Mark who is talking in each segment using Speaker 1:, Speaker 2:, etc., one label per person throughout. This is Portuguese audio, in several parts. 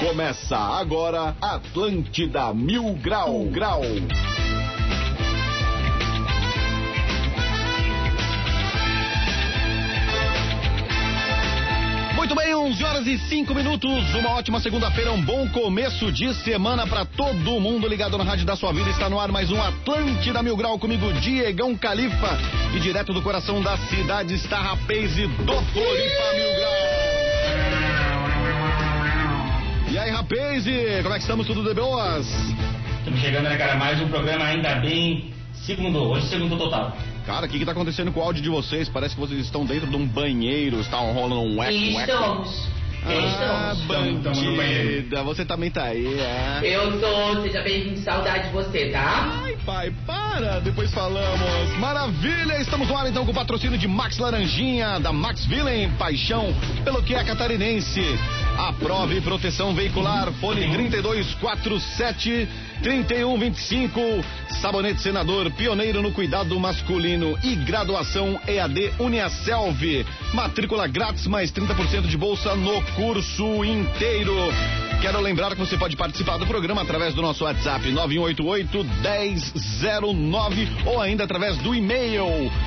Speaker 1: Começa agora Atlântida Mil Grau. Muito bem, 11h05, uma ótima segunda-feira, um bom começo de semana para todo mundo ligado na rádio da sua vida. Está no ar mais um Atlântida Mil Grau comigo, Diegão Califa, e direto do coração da cidade está Rapaze do Floripa Mil Grau. E aí, Rapaze, como é que estamos? Tudo de boas?
Speaker 2: Estamos chegando, né, cara? Mais um programa, ainda bem. Hoje segundo total.
Speaker 1: Cara, o que tá acontecendo com o áudio de vocês? Parece que vocês estão dentro de um banheiro, estão rolando um eco.
Speaker 3: Estamos.
Speaker 1: Bandida, você também tá aí, é?
Speaker 3: Eu tô, seja bem-vindo, saudade de você, tá?
Speaker 1: Ai, pai, para, depois falamos. Maravilha, estamos no ar então com o patrocínio de Max Laranjinha, da Max Villain, paixão pelo que é catarinense. Aprove proteção veicular, fone 3247-3125, Sabonete Senador, pioneiro no cuidado masculino e graduação EAD Uniaselv. Matrícula grátis, mais 30% de bolsa no curso inteiro. Quero lembrar que você pode participar do programa através do nosso WhatsApp 9188-1009 ou ainda através do e-mail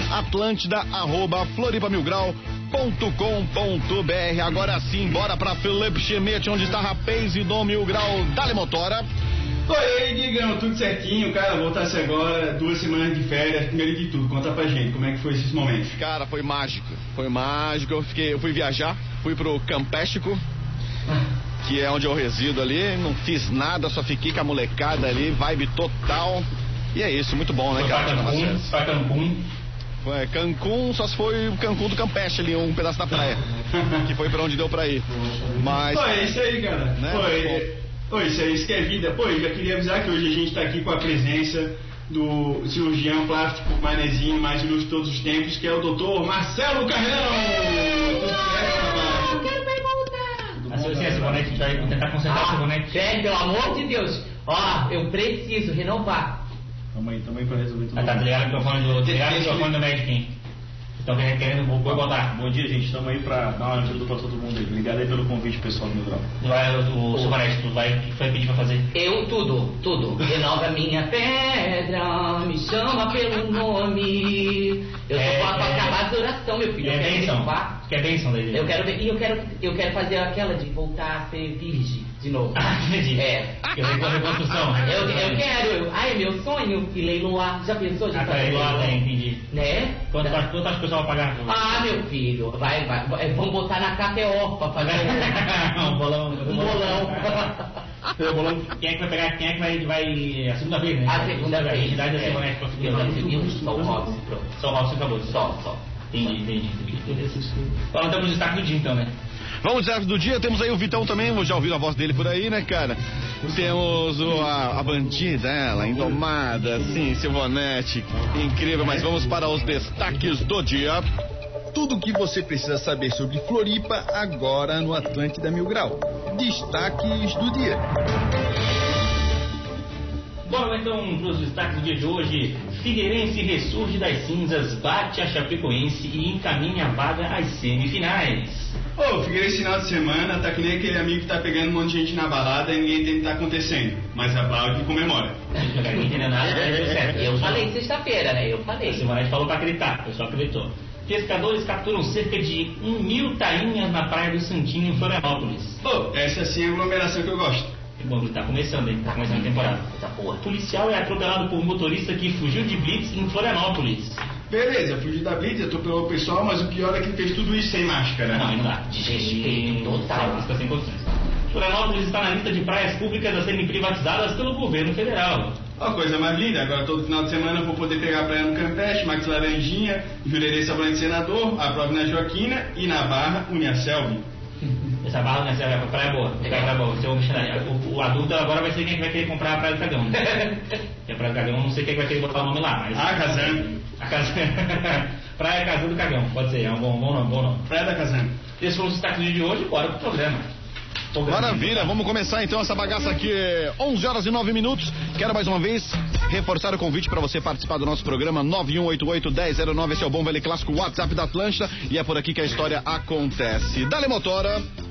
Speaker 1: atlântida@floripamilgrau.com.br. Agora sim, bora pra Felipe Schmidt, onde está Rapaze do Mil Grau. Dale motora.
Speaker 4: Oi, Digão, tudo certinho, cara, voltasse agora, 2 semanas de férias, primeiro de tudo, conta pra gente, como é que foi esses momentos?
Speaker 1: Cara, foi mágico, eu fui viajar, fui pro Campéstico, que é onde eu resido ali, não fiz nada, só fiquei com a molecada ali, vibe total, e é isso, muito bom, né, cara?
Speaker 2: Foi Cancún.
Speaker 1: Foi Cancún, só se foi o Cancún do Campeche ali, um pedaço da praia, que foi pra onde deu pra ir, mas...
Speaker 4: Pô, é isso aí, cara, né? Isso que é vida. Pô, eu já queria avisar que hoje a gente tá aqui com a presença do cirurgião plástico manezinho mais ilustre de todos os tempos, que é o doutor Marcelo Carrão.
Speaker 3: Eu quero perguntar.
Speaker 2: Esse bonete, a gente vai tentar consertar esse bonete.
Speaker 3: Pelo amor de Deus. Eu preciso renovar.
Speaker 4: Tamo aí pra resolver tudo.
Speaker 2: Tá ligado o microfone do médico. Estão querendo, vou botar.
Speaker 4: Bom dia, gente. Estamos aí pra dar uma ajuda pra todo mundo aí. Obrigado aí pelo convite, pessoal do meu grau.
Speaker 2: O seu Vanete, tu vai, o que foi pedir pra fazer?
Speaker 3: Eu tudo. Renova minha pedra, me chama pelo nome. Eu só posso acabar a oração, meu filho.
Speaker 2: É bênção. Quer bênção daí?
Speaker 3: Eu quero fazer aquela de voltar a ser virgem de novo.
Speaker 2: Entendi. Eu tenho reconstrução.
Speaker 3: Eu quero. É meu sonho, que leiloar. Já pensou?
Speaker 2: Leiloar, entendi.
Speaker 3: Né?
Speaker 2: Quantas pessoas vão pagar?
Speaker 3: Meu filho, vai. Vamos botar na KTO pra fazer
Speaker 2: um bolão. Quem é que vai pegar? Quem é que vai a segunda vez, né?
Speaker 3: A segunda vez.
Speaker 2: A idade da Silvanete pra seguir.
Speaker 3: Só o Robson, pronto.
Speaker 2: Só o Robson acabou.
Speaker 3: Só.
Speaker 2: Entendi. Falando temos destaque do dia então, né?
Speaker 1: Vamos dizer do dia, temos aí o Vitão também, já ouviram a voz dele por aí, né, cara? Temos a bandida, ela, indomada, sim, Silvanete, incrível, mas vamos para os destaques do dia.
Speaker 5: Tudo o que você precisa saber sobre Floripa agora no Atlântida Mil Grau. Destaques do dia.
Speaker 2: Bora então para os destaques do dia de hoje. Figueirense ressurge das cinzas, bate a Chapecoense e encaminha a vaga às semifinais.
Speaker 4: O Figueirense final de semana tá que nem aquele amigo que tá pegando um monte de gente na balada e ninguém entende o que tá acontecendo, mas aplaude e comemora.
Speaker 2: Ninguém entendeu nada, deu certo.
Speaker 3: Eu falei sexta-feira, né?
Speaker 2: A Silvanete falou pra acreditar, o pessoal acreditou. Pescadores capturam cerca de 1.000 tainhas na praia do Santinho, em Florianópolis.
Speaker 4: Essa sim é a aglomeração que eu gosto.
Speaker 2: Bom, tá começando, hein? Tá começando a temporada. Policial é atropelado por motorista que fugiu de blitz em Florianópolis.
Speaker 4: Beleza, fugiu da blitz, atropelou o pessoal, mas o pior é que ele fez tudo isso sem máscara.
Speaker 2: Não dá. Desrespeito total. Isso tá sem condições. Florianópolis está na lista de praias públicas a serem privatizadas pelo governo federal.
Speaker 4: Coisa mais linda, agora todo final de semana eu vou poder pegar a praia no Campeche, Max Laranjinha, Jurerê Sabonete Senador, a prova na Joaquina e na Barra Uniaselv.
Speaker 2: Essa barra, né? Essa praia é boa. Praia boa. O adulto agora vai ser quem vai querer comprar a Praia do Cagão. Porque a Praia do Cagão, não sei quem vai querer botar o nome lá, mas...
Speaker 4: Casando.
Speaker 2: Praia Casando do Cagão, pode ser, é um bom nome.
Speaker 4: Praia da Casando.
Speaker 2: Esse foi o destaque de hoje, bora pro programa.
Speaker 1: Maravilha, vamos começar então essa bagaça aqui, 11h09. Quero mais uma vez reforçar o convite para você participar do nosso programa 9188-1009. Esse é o bom velho clássico WhatsApp da Atlântida e é por aqui que a história acontece. Dale motora.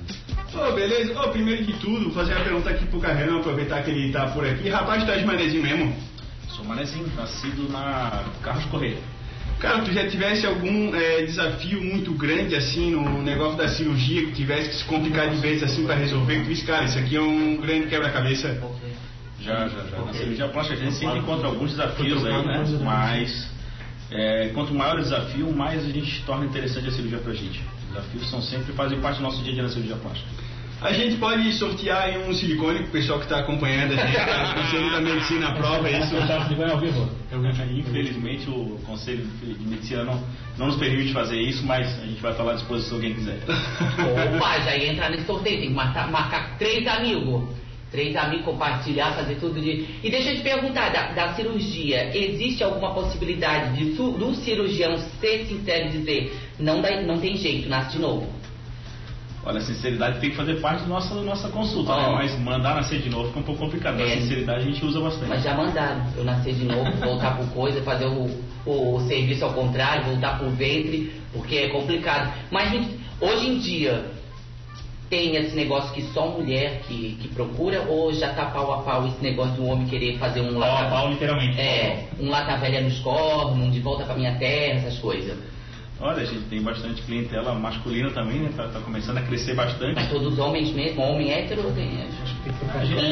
Speaker 4: Beleza? Primeiro de tudo, vou fazer uma pergunta aqui pro Carreirão, aproveitar que ele tá por aqui. Rapaz, tu tá de manezinho mesmo?
Speaker 6: Sou manezinho, nascido na Carlos Correia.
Speaker 4: Cara, tu já tivesse algum desafio muito grande, assim, no negócio da cirurgia, que tivesse que se complicar de vez, assim, pra resolver, que tu disse, cara, isso aqui é um grande quebra-cabeça?
Speaker 6: Já. Na cirurgia plástica a gente sempre encontra alguns desafios aí, né? Mas, quanto maior o desafio, mais a gente torna interessante a cirurgia pra gente. Os desafios fazem parte do nosso dia a dia na cirurgia plástica.
Speaker 4: A gente pode sortear aí um silicone pro pessoal que está acompanhando a gente, o Conselho da Medicina aprova isso.
Speaker 6: Silicone ao vivo? Infelizmente o Conselho de Medicina não nos permite fazer isso, mas a gente vai estar lá à disposição quem quiser.
Speaker 3: Opa, já ia entrar nesse sorteio, tem que marcar 3 amigos. 3 amigos, compartilhar, fazer tudo de... E deixa eu te perguntar, da cirurgia, existe alguma possibilidade do cirurgião ser sincero e dizer, não tem jeito, nasce de novo?
Speaker 6: Olha, a sinceridade tem que fazer parte da nossa consulta, né? Mas mandar nascer de novo fica um pouco complicado. A sinceridade a gente usa bastante.
Speaker 3: Mas já mandaram eu nascer de novo, voltar por coisa, fazer o serviço ao contrário, voltar por ventre, porque é complicado. Mas hoje em dia, tem esse negócio que só mulher que procura, ou já tá pau a pau esse negócio do homem querer fazer um
Speaker 2: lata... Pau a pau, literalmente.
Speaker 3: Um lata velha nos cornos, um de volta pra minha terra, essas coisas.
Speaker 6: Olha, a gente tem bastante clientela masculina também, né? Tá começando a crescer bastante.
Speaker 3: Mas todos homens mesmo? Homem hétero ou tem?
Speaker 6: A gente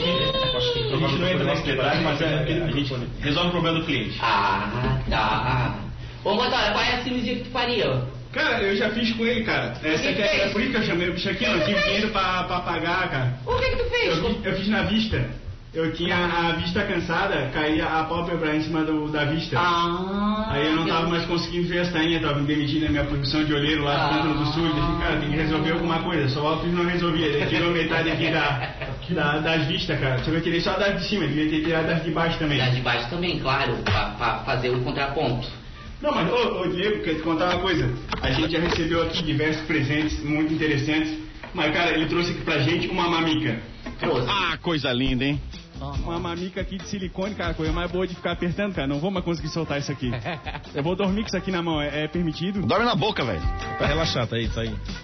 Speaker 6: não entra nesse detalhe, mas a gente resolve o problema do cliente.
Speaker 3: Ah, tá. Ô, Motora, qual é a cirurgia que tu faria?
Speaker 4: Cara, eu já fiz com ele, cara. É por isso que eu chamei o bicho aqui, eu não tive dinheiro pra pagar, cara.
Speaker 3: O que tu fez?
Speaker 4: Eu fiz na vista. Eu tinha a vista cansada, caía a pálpebra em cima da vista. Aí eu não tava mais conseguindo ver as tainhas, tava me demitindo na minha posição de olheiro lá dentro do sul. Disse, cara, tem que resolver alguma coisa. Só o óculos não resolvia. Ele tirou metade aqui das vistas, cara. Só que eu tirei só das de cima, devia ter tirado das de baixo também.
Speaker 3: Das de baixo também, claro, pra fazer o contraponto.
Speaker 4: Não, mas, ô Diego, quero te contar uma coisa. A gente já recebeu aqui diversos presentes muito interessantes. Mas, cara, ele trouxe aqui pra gente uma mamica.
Speaker 1: Coisa linda, hein?
Speaker 4: Uma mamica aqui de silicone, cara, coisa mais boa de ficar apertando, cara. Não vou mais conseguir soltar isso aqui. Eu vou dormir com isso aqui na mão, é permitido?
Speaker 1: Dorme na boca, velho.
Speaker 5: Pra relaxar, tá aí.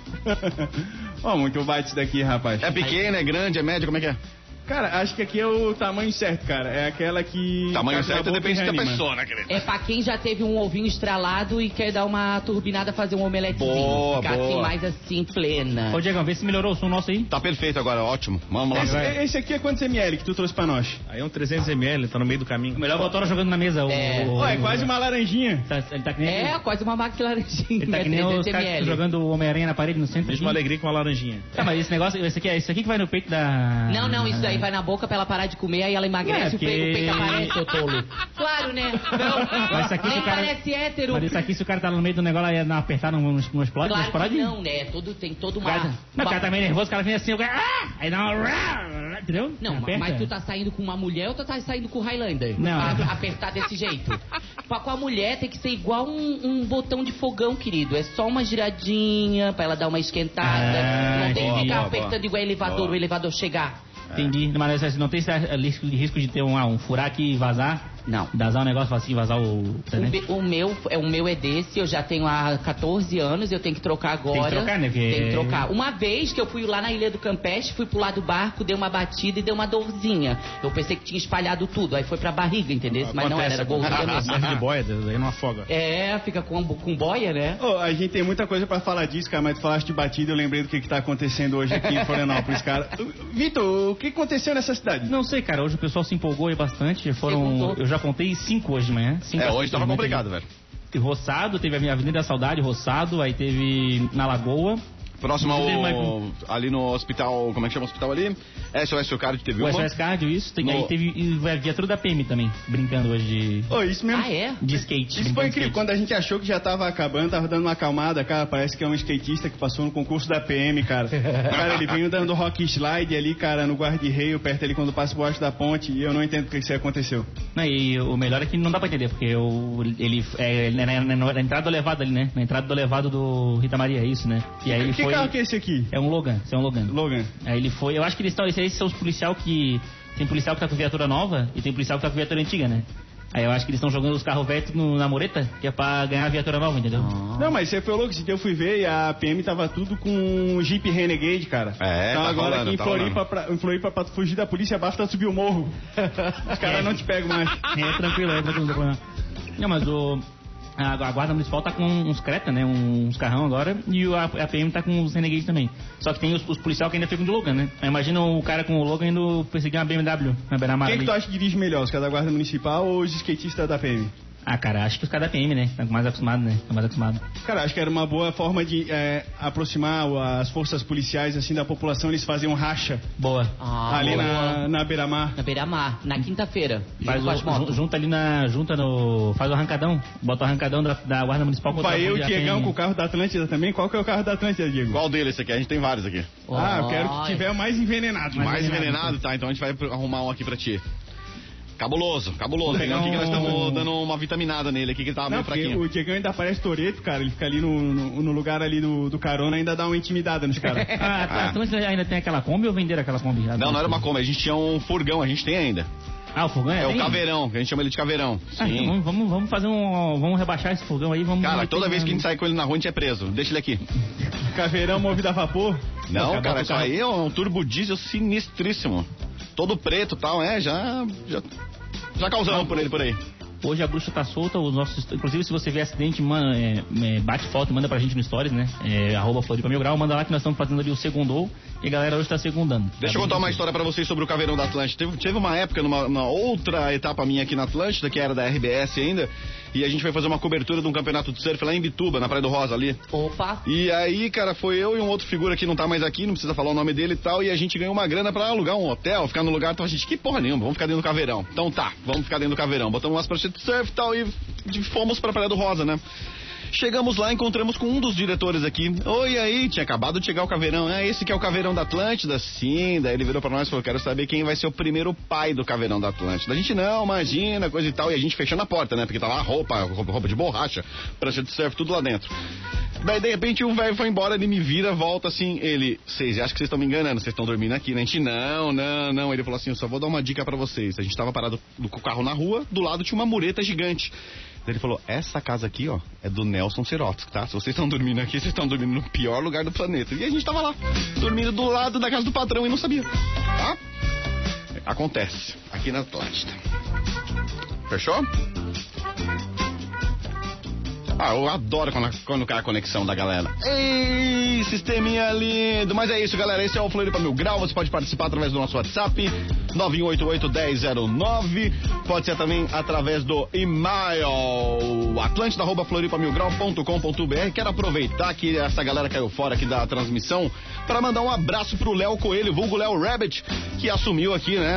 Speaker 4: Muito bate isso daqui, rapaz.
Speaker 1: É pequeno, é grande, é médio, como é que é?
Speaker 4: Cara, acho que aqui é o tamanho certo, cara. É aquela que...
Speaker 1: Tamanho certo depende da pessoa, né, querido?
Speaker 3: É pra quem já teve um ovinho estralado e quer dar uma turbinada, fazer um omeletezinho. Ficar assim, mais assim, plena.
Speaker 2: Ô, Diego, vê se melhorou o som nosso aí.
Speaker 1: Tá perfeito agora, ótimo. Vamos lá.
Speaker 4: Esse aqui é quantos ml que tu trouxe pra nós?
Speaker 5: Aí é um 300 ml, tá no meio do caminho.
Speaker 2: O melhor Motora jogando na mesa.
Speaker 4: É quase uma laranjinha.
Speaker 2: Ele tá que nem
Speaker 3: quase uma máquina de laranjinha.
Speaker 2: Ele tá que nem os caras jogando o Homem-Aranha na parede no centro.
Speaker 5: Mesma alegria com uma laranjinha.
Speaker 2: Tá, mas esse negócio, esse aqui que vai no peito da...
Speaker 3: Não, isso aí vai na boca pra ela parar de comer, aí ela emagrece, o peito aparece, seu tolo. Claro, né?
Speaker 2: Mas isso aqui,
Speaker 3: nem parece hétero.
Speaker 2: Mas isso aqui, se o cara tá no meio do negócio, ia apertar, não explode,
Speaker 3: claro que não, né? Tem todo uma...
Speaker 2: Não, o cara tá meio nervoso, o cara vem assim, aí dá uma... Entendeu?
Speaker 3: Não, mas tu tá saindo com uma mulher ou tu tá saindo com o Highlander?
Speaker 2: Não.
Speaker 3: Apertar desse jeito. Com a mulher tem que ser igual um botão de fogão, querido. É só uma giradinha pra ela dar uma esquentada. Não tem que ficar apertando igual o elevador chegar.
Speaker 2: Entendi. Mas não tem risco de ter um furar aqui e vazar?
Speaker 3: Não.
Speaker 2: Vazar um negócio assim, vazar o...
Speaker 3: O meu é desse, eu já tenho há 14 anos, eu tenho que trocar agora.
Speaker 2: Tem que trocar, né?
Speaker 3: Tem que trocar. Uma vez que eu fui lá na Ilha do Campeche, fui pro lado do barco, dei uma batida e deu uma dorzinha. Eu pensei que tinha espalhado tudo, aí foi pra barriga, entendeu? Mas não era gordura mesmo.
Speaker 5: Serve de boia, aí não afoga.
Speaker 3: Fica com boia, né?
Speaker 4: A gente tem muita coisa pra falar disso, cara, mas tu falaste de batida, eu lembrei do que tá acontecendo hoje aqui em Florianópolis, cara. Vitor, o que aconteceu nessa cidade?
Speaker 2: Não sei, cara, hoje o pessoal se empolgou aí bastante, eu já contei 5 hoje de manhã.
Speaker 1: Hoje tava complicado, velho.
Speaker 2: Roçado, teve a Avenida da Saudade, Roçado, aí teve na Lagoa.
Speaker 1: Próximo ali no hospital, como é que chama o hospital ali? SOS Card teve
Speaker 2: o
Speaker 1: uma.
Speaker 2: SOS Card, isso. Aí teve a viatura da PM também, brincando hoje de...
Speaker 4: Isso mesmo?
Speaker 2: De skate.
Speaker 4: Isso foi incrível, quando a gente achou que já tava acabando, tava dando uma acalmada, cara, parece que é um skatista que passou no concurso da PM, cara. Cara, ele veio dando rock slide ali, cara, no guarda-reio, perto ali quando passa por baixo da ponte, e eu não entendo porque isso aconteceu.
Speaker 2: E o melhor é que não dá pra entender, porque ele na entrada do elevado ali, né? Na entrada do elevado do Rita Maria, é isso, né? E aí ele
Speaker 4: foi... Que carro que é esse aqui?
Speaker 2: É um Logan,
Speaker 4: Logan.
Speaker 2: Aí ele foi, eu acho que esses são os policial que... Tem policial que tá com viatura nova e tem policial que tá com viatura antiga, né? Aí eu acho que eles estão jogando os carros velhos na mureta, que é pra ganhar a viatura nova, entendeu?
Speaker 4: Não, mas você foi louco, esse dia eu fui ver e a PM tava tudo com um Jeep Renegade, cara. Então
Speaker 1: tá
Speaker 4: agora
Speaker 1: rolando,
Speaker 4: aqui em Floripa, pra fugir da polícia, basta subir o morro. Os caras não te pegam mais.
Speaker 2: Tranquilo, não tem problema. Não, mas a guarda municipal tá com uns Creta, né? Uns carrão agora. E a PM tá com os Renegade também. Só que tem os policiais que ainda ficam de Logan, né? Imagina o cara com o Logan indo perseguir uma BMW na beira-mar.
Speaker 4: Quem que tu acha que dirige melhor? Os caras da guarda municipal ou os skatistas da PM?
Speaker 2: Ah, cara, acho que os caras da PM, né? Estão mais acostumados, né? Estão mais acostumados.
Speaker 4: Cara, acho que era uma boa forma de aproximar as forças policiais, assim, da população. Eles faziam um racha.
Speaker 2: Boa.
Speaker 4: Ali na beira-mar.
Speaker 3: Na beira-mar, na quinta-feira.
Speaker 2: Junta ali faz o arrancadão. Bota o arrancadão da guarda municipal.
Speaker 4: Vai eu e o Diegão com o carro da Atlântida também. Qual que é o carro da Atlântida, Diego?
Speaker 1: Qual deles você quer? A gente tem vários aqui.
Speaker 4: Eu quero que tiver o mais envenenado.
Speaker 1: Mais envenenado? Tá, então a gente vai arrumar um aqui pra ti. Cabuloso. Pegar aqui que nós estamos dando uma vitaminada nele aqui, que ele tava meio fraquinho.
Speaker 4: O Diegão ainda parece Toretto, cara. Ele fica ali no lugar ali do carona, ainda dá uma intimidada nos caras.
Speaker 2: Então ainda tem aquela Kombi ou venderam aquela Kombi?
Speaker 1: Não era uma Kombi, a gente tinha um furgão, a gente tem ainda.
Speaker 2: O fogão
Speaker 1: é o Caveirão, que a gente chama ele de Caveirão. Sim.
Speaker 2: Então vamos fazer vamos rebaixar esse fogão aí,
Speaker 1: Cara, toda vez que a gente sai com ele na rua, a gente é preso. Deixa ele aqui.
Speaker 4: Caveirão movido a vapor?
Speaker 1: Não, cara, isso aí é um turbo diesel sinistríssimo. Todo preto e tal, já causamos por ele por aí.
Speaker 2: Hoje a bruxa tá solta, inclusive se você vê acidente, bate foto e manda pra gente no stories, né? @Floripa Mil Grau, manda lá que nós estamos fazendo ali o segundou e a galera hoje tá segundando.
Speaker 1: Deixa eu contar uma história pra vocês sobre o Caveirão da Atlântida. Teve uma época, numa outra etapa minha aqui na Atlântida, que era da RBS ainda, e a gente foi fazer uma cobertura de um campeonato de surf lá em Bituba, na Praia do Rosa ali.
Speaker 3: Opa!
Speaker 1: E aí, cara, foi eu e um outro figura que não tá mais aqui, não precisa falar o nome dele e tal, e a gente ganhou uma grana pra alugar um hotel, ficar no lugar, então a gente, que porra nenhuma, vamos ficar dentro do Caveirão. Então tá, vamos ficar dentro do Caveirão. Botamos umas pranchas de surf e tal, e fomos pra Praia do Rosa, né? Chegamos lá, encontramos com um dos diretores aqui. Oi, aí, tinha acabado de chegar o Caveirão. Esse que é o Caveirão da Atlântida? Sim, daí ele virou pra nós e falou, quero saber quem vai ser o primeiro pai do Caveirão da Atlântida. A gente, não, imagina, coisa e tal. E a gente fechando a porta, né? Porque tá lá roupa de borracha, prancha de surf, tudo lá dentro. Daí, de repente, o velho foi embora, ele me vira, volta assim, vocês acham que vocês estão me enganando, vocês estão dormindo aqui, né? A gente, não. Ele falou assim, eu só vou dar uma dica pra vocês. A gente tava parado com o carro na rua, do lado tinha uma mureta gigante. Ele falou, essa casa aqui, ó, é do Nelson Sirotsky, tá? Se vocês estão dormindo aqui, vocês estão dormindo no pior lugar do planeta. E a gente tava lá, dormindo do lado da casa do patrão e não sabia, tá? Acontece, aqui na Atlântida. Fechou? Eu adoro quando cai a conexão da galera. Ei, sisteminha lindo. Mas é isso, galera. Esse é o Floripa Mil Grau. Você pode participar através do nosso WhatsApp 9188-1009. Pode ser também através do e-mail atlantida@floripamilgrau.com.br. Quero aproveitar que essa galera caiu fora aqui da transmissão para mandar um abraço pro Léo Coelho, vulgo Léo Rabbit, que assumiu aqui, né,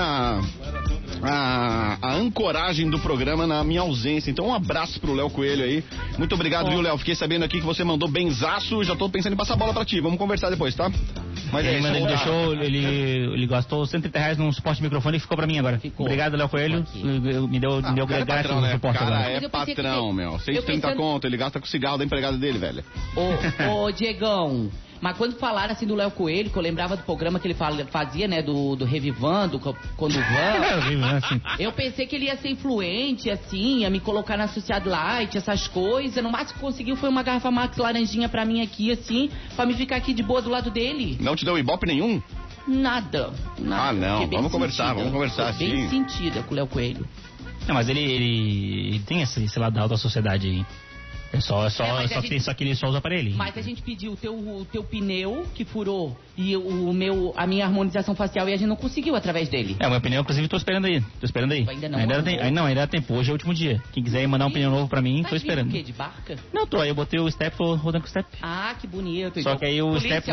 Speaker 1: a ancoragem do programa na minha ausência. Então um abraço pro Léo Coelho aí. Muito obrigado, viu, Léo? Fiquei sabendo aqui que você mandou benzaço. Já tô pensando em passar a bola pra ti. Vamos conversar depois, tá? Mas
Speaker 2: ele gastou R$130 num suporte de microfone e ficou pra mim agora. Obrigado, Léo Coelho. Me deu grátis no suporte agora.
Speaker 1: Cara, é patrão, meu. 130 conto, ele gasta com o cigarro da empregada dele, velho.
Speaker 3: Ô, Diegão, mas quando falaram assim do Léo Coelho, que eu lembrava do programa que ele fazia, né, do Revivando, quando o eu pensei que ele ia ser influente, assim, ia me colocar na Associado Light, essas coisas. No máximo que conseguiu foi uma garrafa Max laranjinha pra mim aqui, assim, pra me ficar aqui de boa do lado dele.
Speaker 1: Não te deu ibope nenhum?
Speaker 3: Nada.
Speaker 1: Não, vamos conversar, sim.
Speaker 3: Bem sentida com o Léo Coelho.
Speaker 2: Não, mas ele tem esse lado da alta sociedade aí. Só que ele só usa aparelho.
Speaker 3: Mas a gente pediu o teu pneu que furou e a minha harmonização facial e a gente não conseguiu através dele.
Speaker 2: O meu pneu, inclusive, tô esperando aí.
Speaker 3: Ainda não?
Speaker 2: Ainda dá tempo. Hoje é o último dia. Quem quiser ir mandar um pneu novo pra mim, tô esperando.
Speaker 3: O quê? De barca?
Speaker 2: Não, aí eu botei o step, tô rodando com o step.
Speaker 3: Que bonito.
Speaker 2: Só que aí o step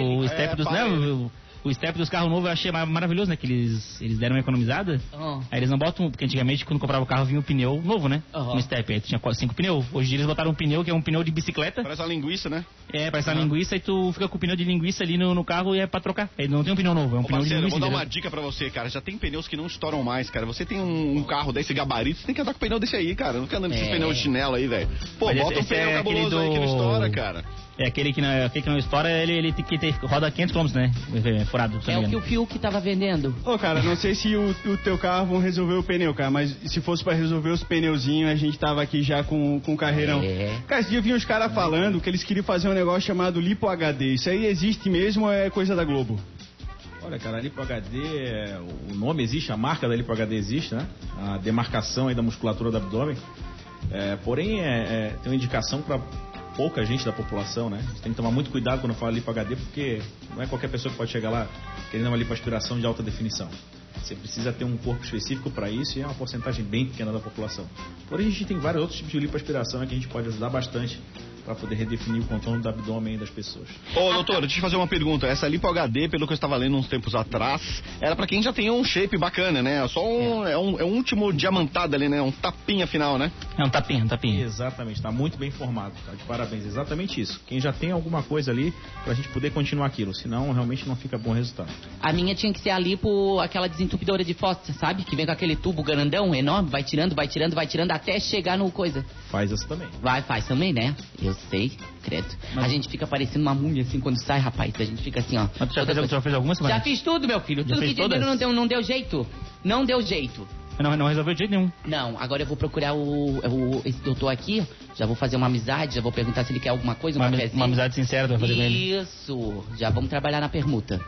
Speaker 2: o step dos carros novos eu achei maravilhoso, né? Que eles deram uma economizada. Aí eles não botam, porque antigamente quando comprava o carro vinha um pneu novo, né? Um step, aí tu tinha 5 pneus. Hoje em dia eles botaram um pneu que é um pneu de bicicleta.
Speaker 1: Parece uma linguiça, né?
Speaker 2: Parece uma linguiça e tu fica com o pneu de linguiça ali no carro e é pra trocar. Aí não tem um pneu novo, é um pneu de linguiça.
Speaker 1: Eu vou dar uma dica pra você, cara. Já tem pneus que não estouram mais, cara. Você tem um carro desse gabarito, você tem que andar com o pneu desse aí, cara. Não fica andando com esses pneus de chinelo aí, velho. Pô, bota um pneu cabuloso aí que não estoura, cara.
Speaker 2: É aquele que não estoura, ele tem que roda 500 km, né? Furado.
Speaker 3: É o que o Fiuk tava vendendo.
Speaker 4: Ô, cara, não sei se o teu carro vão resolver o pneu, cara, mas se fosse pra resolver os pneuzinhos, a gente tava aqui já com o carreirão. Cara, esse dia eu vi uns caras falando que eles queriam fazer um negócio chamado Lipo HD. Isso aí existe mesmo ou é coisa da Globo?
Speaker 6: Olha, cara, a Lipo HD, o nome existe, a marca da Lipo HD existe, né? A demarcação aí da musculatura do abdômen. Porém, tem uma indicação para pouca gente da população, né? Você tem que tomar muito cuidado quando fala Lipo HD, porque não é qualquer pessoa que pode chegar lá querendo uma lipoaspiração de alta definição. Você precisa ter um corpo específico para isso e é uma porcentagem bem pequena da população. Porém, a gente tem vários outros tipos de lipoaspiração que a gente pode ajudar bastante para poder redefinir o contorno do abdômen das pessoas.
Speaker 1: Ô, doutor, deixa eu fazer uma pergunta. Essa Lipo HD, pelo que eu estava lendo uns tempos atrás, era para quem já tem um shape bacana, né? Só um último diamantado ali, né? Um tapinha final, né?
Speaker 2: É um tapinha.
Speaker 6: Exatamente, tá muito bem formado, tá? De parabéns, exatamente isso. Quem já tem alguma coisa ali pra gente poder continuar aquilo, senão realmente não fica bom resultado.
Speaker 3: A minha tinha que ser a Lipo, aquela desentupidora de fósforo, sabe? Que vem com aquele tubo grandão, enorme, vai tirando até chegar no coisa.
Speaker 6: Faz essa também.
Speaker 3: Faz também, né? Eu sei, credo.
Speaker 2: Mas...
Speaker 3: A gente fica parecendo uma múmia assim quando sai, rapaz. A gente fica assim, ó.
Speaker 2: Mas tu já fez algumas semanas?
Speaker 3: Já fiz tudo, meu filho. Tudo que dinheiro não deu jeito. Não deu jeito.
Speaker 2: Não resolveu de jeito nenhum.
Speaker 3: Não, agora eu vou procurar esse doutor aqui, já vou fazer uma amizade, já vou perguntar se ele quer alguma coisa,
Speaker 2: uma amizade sincera, vai fazer com ele.
Speaker 3: Isso, já vamos trabalhar na permuta.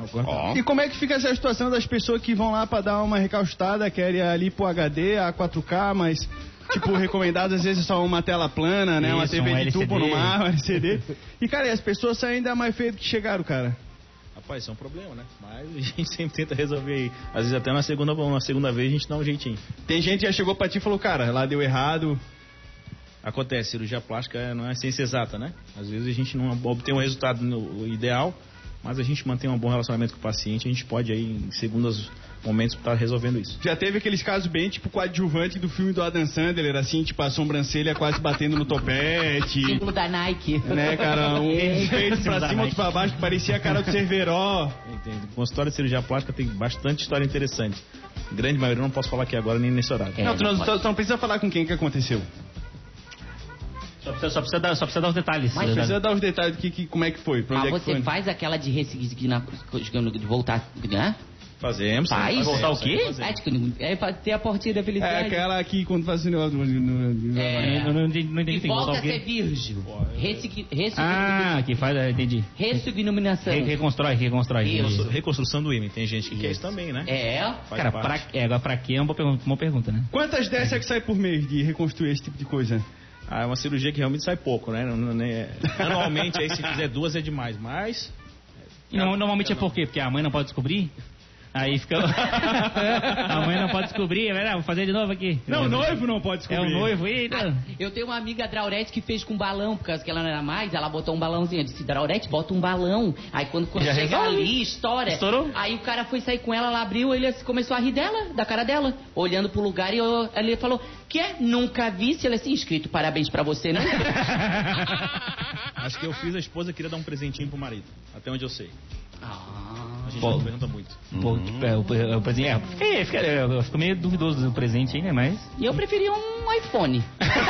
Speaker 4: E como é que fica essa situação das pessoas que vão lá pra dar uma recaustada, querem a Lipo HD, a 4K, mas... Tipo, recomendado às vezes só uma tela plana, né? Uma TV de tubo no mar, um LCD. E, cara, as pessoas saem ainda mais feias do que chegaram, cara.
Speaker 6: Rapaz, isso é um problema, né? Mas a gente sempre tenta resolver aí. Às vezes até na segunda vez a gente dá um jeitinho.
Speaker 4: Tem gente que já chegou pra ti e falou, cara, lá deu errado.
Speaker 6: Acontece, cirurgia plástica não é ciência exata, né? Às vezes a gente não obtém um resultado ideal, mas a gente mantém um bom relacionamento com o paciente, a gente pode aí em segundos momentos estar resolvendo isso.
Speaker 4: Já teve aqueles casos bem tipo coadjuvante do filme do Adam Sandler, assim, tipo a sobrancelha quase batendo no topete.
Speaker 3: Símbolo da Nike.
Speaker 4: Né, cara? Um peito pra cima, outro pra baixo, que parecia a cara do Cerveró.
Speaker 6: Entendo. Com a história de cirurgia plástica tem bastante história interessante. Grande maioria eu não posso falar aqui agora nem nesse horário.
Speaker 4: Não, tu não precisa falar com quem que aconteceu.
Speaker 2: Só precisa dar os detalhes.
Speaker 4: Mas precisa dar os detalhes de como é que foi. Pra onde é que
Speaker 3: você
Speaker 4: foi?
Speaker 3: faz aquela de ressignar, de voltar, né?
Speaker 6: Fazemos.
Speaker 3: Faz?
Speaker 2: Voltar o quê?
Speaker 3: É pra ter a portinha da felicidade.
Speaker 4: É aquela aqui quando faz o negócio.
Speaker 2: Não entendi.
Speaker 3: E volta a ser virgem.
Speaker 2: Que faz, entendi.
Speaker 3: Ressignominação.
Speaker 2: Reconstrói.
Speaker 6: Reconstrução do ímã. Tem gente que quer isso também, né?
Speaker 2: Cara, agora pra quê é uma boa pergunta, né?
Speaker 4: Quantas dessas é que sai por mês de reconstruir esse tipo de coisa?
Speaker 6: É uma cirurgia que realmente sai pouco, né? Anualmente, aí se fizer 2 é demais, mas...
Speaker 2: E normalmente é por quê? Porque a mãe não pode descobrir? Aí fica... A mãe não pode descobrir, vou fazer de novo aqui.
Speaker 4: Não, o noivo não pode descobrir.
Speaker 2: É o noivo, eita.
Speaker 3: Eu tenho uma amiga Draurete que fez com balão, por causa que ela não era mais, ela botou um balãozinho. Eu disse, Draurete, bota um balão. Aí quando chega ali, estourou. Aí o cara foi sair com ela, ela abriu, ele começou a rir dela, da cara dela, olhando pro lugar e ele falou, nunca vi, se ele assim, escrito, parabéns pra você, não?
Speaker 6: Acho que eu fiz, a esposa queria dar um presentinho pro marido, até onde eu sei. A gente não pergunta muito.
Speaker 2: O presente eu fico meio duvidoso do presente aí, né? Mas.
Speaker 3: E eu preferia um iPhone.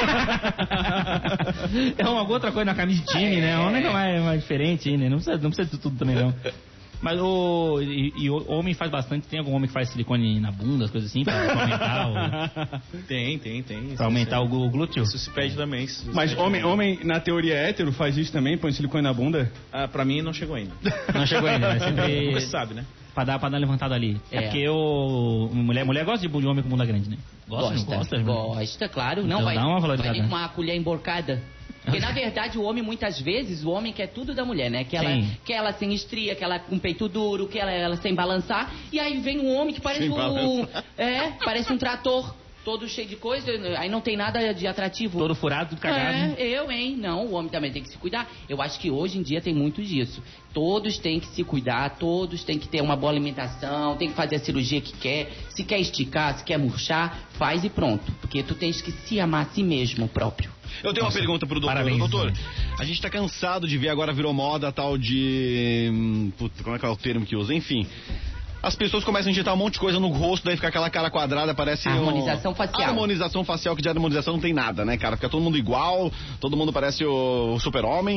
Speaker 2: É uma outra coisa na camisa de time, né? Uma mais diferente aí, né? Não precisa de tudo também, não. Mas o homem faz bastante. Tem algum homem que faz silicone na bunda, as coisas assim, pra aumentar o...
Speaker 6: Tem.
Speaker 2: Pra aumentar o glúteo?
Speaker 6: Isso se pede também.
Speaker 4: Mas homem, na teoria hétero, faz isso também? Põe silicone na bunda?
Speaker 6: Pra mim não chegou ainda.
Speaker 2: Não chegou ainda, mas sempre...
Speaker 6: Você sabe, né?
Speaker 2: Pra dar uma levantada ali. É porque mulher gosta de homem com bunda grande, né?
Speaker 3: Gosta, claro. Não,
Speaker 2: então
Speaker 3: vai
Speaker 2: dar uma
Speaker 3: vir com uma colher emborcada. Porque, na verdade, o homem, muitas vezes, o homem quer tudo da mulher, né? Quer ela sem estria, quer ela com peito duro, quer ela sem balançar. E aí vem um homem que parece parece um trator. Todo cheio de coisa, aí não tem nada de atrativo.
Speaker 2: Todo furado, tudo cagado.
Speaker 3: Não, o homem também tem que se cuidar. Eu acho que hoje em dia tem muito disso. Todos têm que se cuidar, todos têm que ter uma boa alimentação, tem que fazer a cirurgia que quer. Se quer esticar, se quer murchar, faz e pronto. Porque tu tens que se amar a si mesmo próprio.
Speaker 1: Eu tenho uma pergunta pro doutor.
Speaker 2: Parabéns,
Speaker 1: doutor, a gente tá cansado de ver, agora virou moda tal de... como é que é o termo que usa? Enfim... As pessoas começam a injetar um monte de coisa no rosto, daí fica aquela cara quadrada, parece...
Speaker 3: Harmonização facial.
Speaker 1: Harmonização facial, que de harmonização não tem nada, né, cara? Fica todo mundo igual, todo mundo parece o super-homem.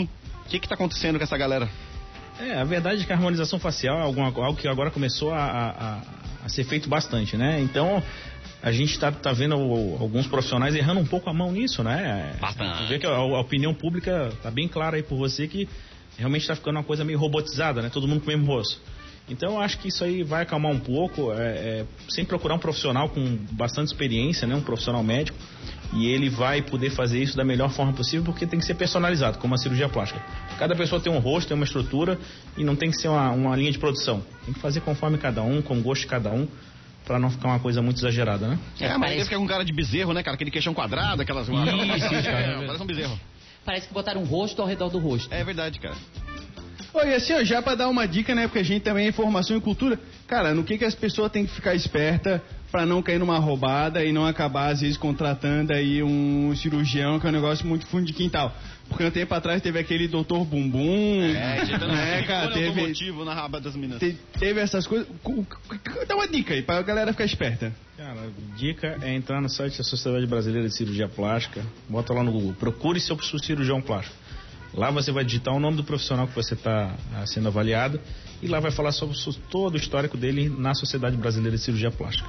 Speaker 1: O que tá acontecendo com essa galera?
Speaker 6: A verdade é que a harmonização facial é algo que agora começou a ser feito bastante, né? Então, a gente tá vendo alguns profissionais errando um pouco a mão nisso, né?
Speaker 1: Bastante.
Speaker 6: Você vê que a opinião pública tá bem clara aí por você que realmente tá ficando uma coisa meio robotizada, né? Todo mundo com o mesmo rosto. Então, eu acho que isso aí vai acalmar um pouco, sem procurar um profissional com bastante experiência, né? Um profissional médico, e ele vai poder fazer isso da melhor forma possível, porque tem que ser personalizado, como a cirurgia plástica. Cada pessoa tem um rosto, tem uma estrutura, e não tem que ser uma linha de produção. Tem que fazer conforme cada um, com o gosto de cada um, pra não ficar uma coisa muito exagerada, né?
Speaker 1: Mas ele fica com cara de bezerro, né, cara? Aquele queixão quadrado, aquelas... Parece um bezerro.
Speaker 3: Parece que botaram um rosto ao redor do rosto.
Speaker 1: É verdade, cara.
Speaker 4: Oi, assim, ó, já pra dar uma dica, né, porque a gente também é informação e cultura, cara, no que as pessoas têm que ficar esperta pra não cair numa roubada e não acabar, às vezes, contratando aí um cirurgião, que é um negócio muito fundo de quintal. Porque um tempo atrás teve aquele Dr. Bumbum, né, cara,
Speaker 1: motivo na raba das minas.
Speaker 4: Teve essas coisas. Dá uma dica aí pra galera ficar esperta.
Speaker 6: Cara, dica é entrar no site da Sociedade Brasileira de Cirurgia Plástica, bota lá no Google, procure seu cirurgião plástico. Lá você vai digitar o nome do profissional que você está sendo avaliado e lá vai falar sobre todo o histórico dele na Sociedade Brasileira de Cirurgia Plástica.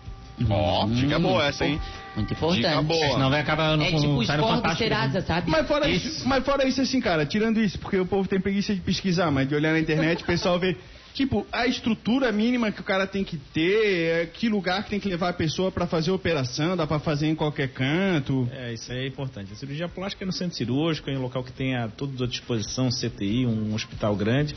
Speaker 1: Dica boa essa, hein?
Speaker 3: Muito importante.
Speaker 1: Dica boa.
Speaker 2: Senão vai acabar no
Speaker 3: tipo o esporro do
Speaker 2: Fantástico.
Speaker 3: Serasa, sabe?
Speaker 4: Mas fora isso, assim, cara, tirando isso, porque o povo tem preguiça de pesquisar, mas de olhar na internet, o pessoal vê, tipo, a estrutura mínima que o cara tem que ter, que lugar que tem que levar a pessoa pra fazer a operação, dá pra fazer em qualquer canto.
Speaker 6: Isso aí é importante. A cirurgia plástica é no centro cirúrgico, é em um local que tenha tudo à disposição, CTI, um hospital grande.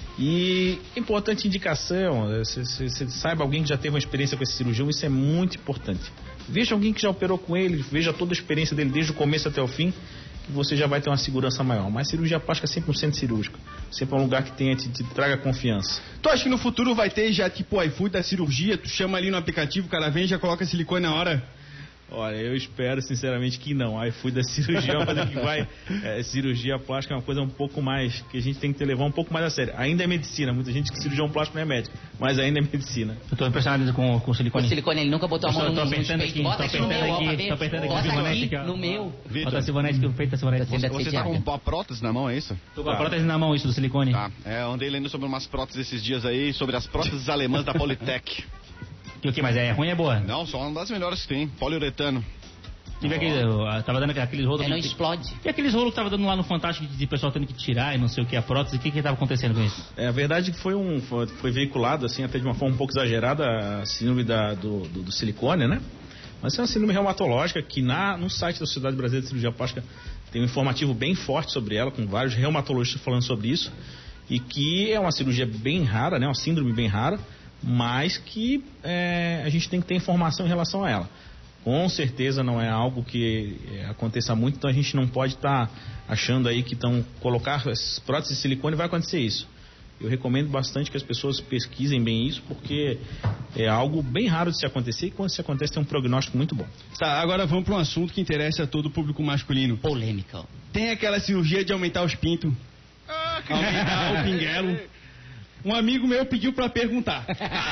Speaker 6: E importante indicação, você saiba alguém que já teve uma experiência com esse cirurgião, isso é muito importante. Veja alguém que já operou com ele, veja toda a experiência dele desde o começo até o fim, que você já vai ter uma segurança maior. Mas cirurgia plástica é sempre um centro cirúrgico, sempre um lugar que te traga confiança.
Speaker 4: Tu acha que no futuro vai ter já tipo o iFood da cirurgia, tu chama ali no aplicativo, o cara vem e já coloca silicone na hora?
Speaker 6: Olha, eu espero sinceramente que não. Aí fui da cirurgia, mas que vai. Cirurgia plástica é uma coisa um pouco mais que a gente tem que levar um pouco mais a sério. Ainda é medicina, muita gente que cirurgião plástico não é médico, mas ainda é medicina.
Speaker 2: Eu tô impressionado com o silicone.
Speaker 3: O silicone, ele nunca botou a mão no peito. Bota aqui no meu, ó, pra ver.
Speaker 2: Tô apertando aqui,
Speaker 3: Bota aqui no meu.
Speaker 2: Bota a Silvanete aqui no peito da Silvanete.
Speaker 1: Você tá com a prótese na mão, é isso?
Speaker 2: Tô com a prótese na mão, isso do silicone.
Speaker 1: Tá, andei lendo sobre umas próteses esses dias aí, sobre as próteses alemãs da Polytech.
Speaker 2: E o que, mas é ruim ou é boa?
Speaker 1: Não, só uma das melhores que tem, poliuretano.
Speaker 2: Tive tava dando aqueles rolos.
Speaker 3: Não explode.
Speaker 2: E aqueles rolos que tava dando lá no Fantástico de pessoal tendo que tirar e não sei o que, a prótese, o que tava acontecendo com isso?
Speaker 6: A verdade é que foi veiculado, assim, até de uma forma um pouco exagerada, a síndrome do silicone, né? Mas é uma síndrome reumatológica que no site da Sociedade Brasileira de Cirurgia Plástica tem um informativo bem forte sobre ela, com vários reumatologistas falando sobre isso, e que é uma cirurgia bem rara, né? Uma síndrome bem rara, mas que a gente tem que ter informação em relação a ela. Com certeza não é algo que aconteça muito, então a gente não pode estar achando aí que colocar as próteses de silicone vai acontecer isso. Eu recomendo bastante que as pessoas pesquisem bem isso, porque é algo bem raro de se acontecer e quando se acontece tem um prognóstico muito bom.
Speaker 4: Tá, agora vamos para um assunto que interessa a todo o público masculino.
Speaker 3: Polêmica.
Speaker 4: Tem aquela cirurgia de aumentar os pintos, aumentar o pinguelo. Um amigo meu pediu para perguntar.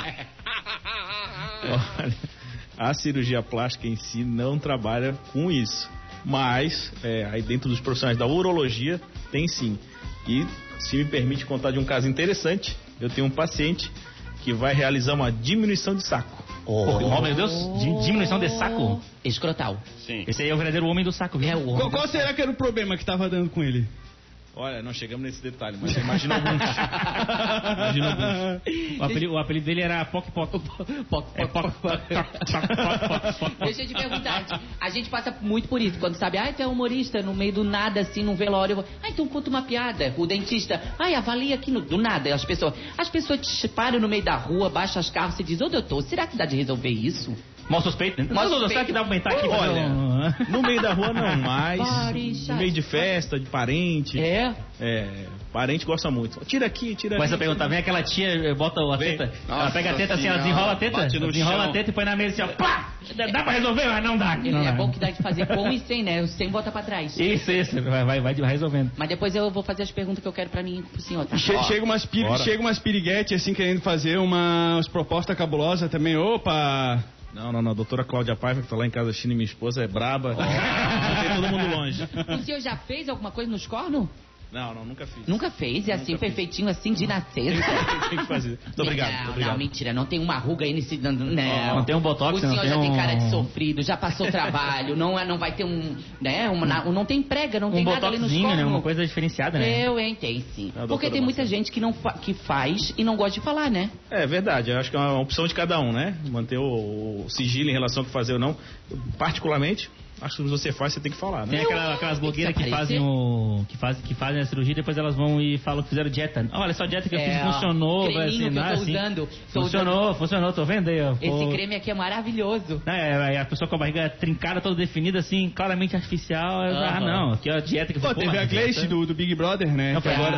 Speaker 6: Olha, a cirurgia plástica em si não trabalha com isso, mas aí dentro dos profissionais da urologia tem sim. E se me permite contar de um caso interessante, eu tenho um paciente que vai realizar uma diminuição de saco.
Speaker 2: Oh meu Deus, diminuição de saco?
Speaker 3: Escrotal.
Speaker 2: Sim. Esse aí é o verdadeiro homem do saco, viu?
Speaker 4: Qual será que era o problema que estava dando com ele?
Speaker 6: Olha, não chegamos nesse detalhe, mas imagina alguns.
Speaker 2: O apelido dele era Poc Poc.
Speaker 3: Deixa eu te perguntar, a gente passa muito por isso, quando sabe, tu é humorista, no meio do nada, assim, num velório, então conta uma piada, o dentista, avalia aqui do nada, as pessoas te param no meio da rua, baixam as carros e dizem, doutor, será que dá de resolver isso?
Speaker 2: Mal suspeito, né?
Speaker 3: Será
Speaker 2: que dá pra aumentar aqui?
Speaker 6: Olha, no meio da rua não, mas no meio de festa, de parente. Parente gosta muito. Tira aqui.
Speaker 2: Começa a perguntar, vem aquela tia, bota a teta, ela pega a teta assim, ela desenrola a teta, desenrola a teta e põe na mesa assim, ó, pá! Dá pra resolver, mas não dá.
Speaker 3: É bom que dá de fazer com e sem, né? O sem bota pra trás.
Speaker 2: Isso, vai resolvendo.
Speaker 3: Mas depois eu vou fazer as perguntas que eu quero pra mim pro senhor, tá?
Speaker 4: Chega umas piriguetes assim, querendo fazer umas propostas cabulosas também, opa!
Speaker 6: Não, a doutora Cláudia Paiva, que tá lá em casa assistindo, minha esposa, é braba. Tem todo mundo longe.
Speaker 3: O senhor já fez alguma coisa nos cornos?
Speaker 6: Não, nunca fiz.
Speaker 3: Nunca fez? E assim, perfeitinho, assim, de nascer?
Speaker 6: Tem que fazer. Muito obrigado.
Speaker 3: Não, mentira, não tem uma ruga aí nesse...
Speaker 2: Não tem um botox,
Speaker 3: o senhor
Speaker 2: não
Speaker 3: já
Speaker 2: tem
Speaker 3: tem
Speaker 2: um...
Speaker 3: cara de sofrido, já passou trabalho, não vai ter um... né? Não tem prega, não tem nada ali nos
Speaker 2: botoxinho,
Speaker 3: cornos.
Speaker 2: né? Uma coisa diferenciada, né?
Speaker 3: Tem sim. Porque tem muita gente que faz e não gosta de falar, né?
Speaker 6: É verdade, eu acho que é uma opção de cada um, né? Manter o sigilo em relação ao que fazer ou não. Particularmente, acho que se você faz, você tem que falar, né?
Speaker 2: Tem aquelas blogueiras que fazem a cirurgia e depois elas vão e falam que fizeram dieta. Olha, só dieta que eu fiz funcionou, vai assinar assim. Funcionou, tô vendo aí, ó.
Speaker 3: Esse creme aqui é maravilhoso.
Speaker 2: A pessoa com a barriga trincada, toda definida assim, claramente artificial. Não, aqui é a dieta que eu fiz.
Speaker 4: Teve a Gleice do Big Brother, né?
Speaker 2: Não, foi
Speaker 4: agora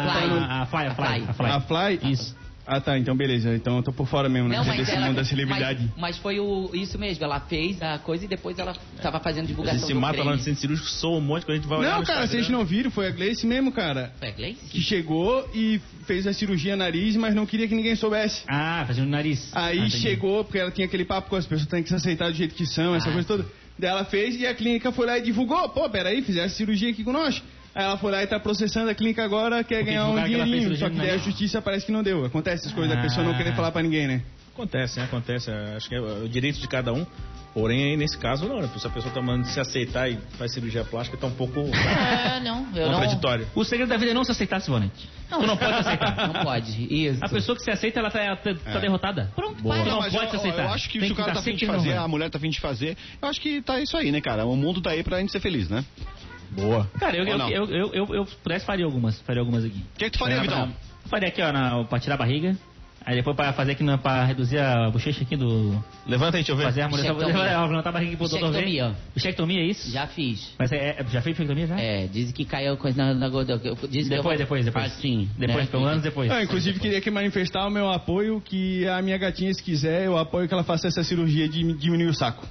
Speaker 2: a
Speaker 4: Fly?
Speaker 2: Isso.
Speaker 4: Ah, tá, então beleza. Então eu tô por fora mesmo, né? Desse mundo da celebridade.
Speaker 3: Mas foi isso mesmo, ela fez a coisa e depois ela tava fazendo divulgação do creme.
Speaker 6: Se mata lá no centro cirúrgico, soa um monte quando a gente vai olhar.
Speaker 4: Não, cara, vocês não viram, foi a Gleice mesmo, cara.
Speaker 3: Foi a Gleice?
Speaker 4: Que chegou e fez a cirurgia nariz, mas não queria que ninguém soubesse.
Speaker 2: Fazendo nariz.
Speaker 4: Aí chegou, porque ela tinha aquele papo com as pessoas, tem que se aceitar do jeito que são, essa coisa toda. Daí ela fez e a clínica foi lá e divulgou. Pô, peraí, fizesse cirurgia aqui com nós. Aí ela foi lá e tá processando a clínica agora, quer ganhar um dinheirinho, só que daí a justiça parece que não deu. Acontece essas coisas, a pessoa não querer falar pra ninguém, né?
Speaker 6: Acontece. Acho que é o direito de cada um. Porém, aí, nesse caso, não, né? Se a pessoa tá mandando se aceitar e faz cirurgia plástica, tá um pouco contraditório.
Speaker 2: O segredo da vida é não se aceitar, Simone. Tu não pode se aceitar.
Speaker 3: Não pode, isso.
Speaker 2: A pessoa que se aceita, ela tá derrotada.
Speaker 3: Pronto,
Speaker 1: Boa.
Speaker 3: para.
Speaker 1: Não,
Speaker 2: Não pode se aceitar.
Speaker 1: Eu acho que se o cara tá afim de fazer, a mulher tá afim de fazer, eu acho que tá isso aí, né, cara? O mundo tá aí pra gente ser feliz, né? Boa.
Speaker 2: Cara, eu pudesse faria algumas aqui.
Speaker 1: O que tu faria, Vitão?
Speaker 2: Faria aqui, ó, pra tirar a barriga. Aí depois pra fazer aqui, pra reduzir a bochecha aqui do...
Speaker 6: Levanta aí, deixa eu ver.
Speaker 2: Fazer a harmonização, levantar a barriga pro doutor ver. Bichectomia, é isso?
Speaker 3: Já fiz.
Speaker 2: Mas já fez bichectomia já?
Speaker 3: Dizem que caiu coisa na gordura.
Speaker 2: Depois.
Speaker 3: Assim.
Speaker 2: Depois, pelo menos depois.
Speaker 4: Inclusive, queria aqui manifestar o meu apoio, que a minha gatinha, se quiser, eu apoio que ela faça essa cirurgia de diminuir o saco.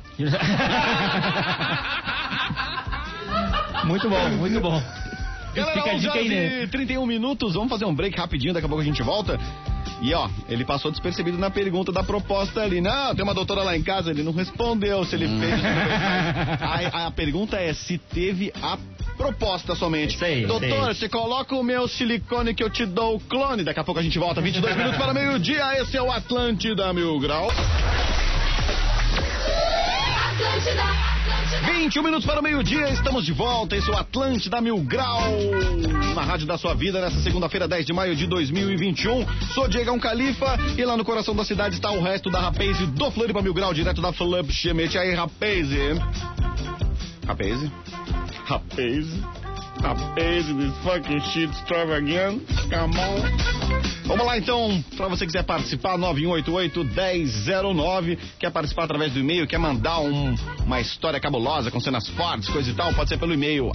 Speaker 2: Muito bom.
Speaker 1: Galera, 11 horas e 31 minutos, vamos fazer um break rapidinho, daqui a pouco a gente volta. E ó, ele passou despercebido na pergunta da proposta ali. Não, tem uma doutora lá em casa, ele não respondeu se ele fez. A pergunta é se teve a proposta somente. Doutor, você coloca o meu silicone que eu te dou o clone. Daqui a pouco a gente volta, 22 minutos para meio-dia. Esse é o Atlântida Mil Grau. 21 minutos para o meio-dia, estamos de volta. Esse é o Atlântida Mil Grau, na rádio da sua vida, nessa segunda-feira, 10 de maio de 2021. Sou Diegão Califa e lá no coração da cidade está o resto da Rapaze do Floripa Mil Grau, direto da Flub Schmidt. Aí, Rapaze, this fucking shit extravagant. Come on. Vamos lá então, pra você quiser participar, 9188-1009, quer participar através do e-mail, quer mandar uma história cabulosa com cenas fortes, coisa e tal, pode ser pelo e-mail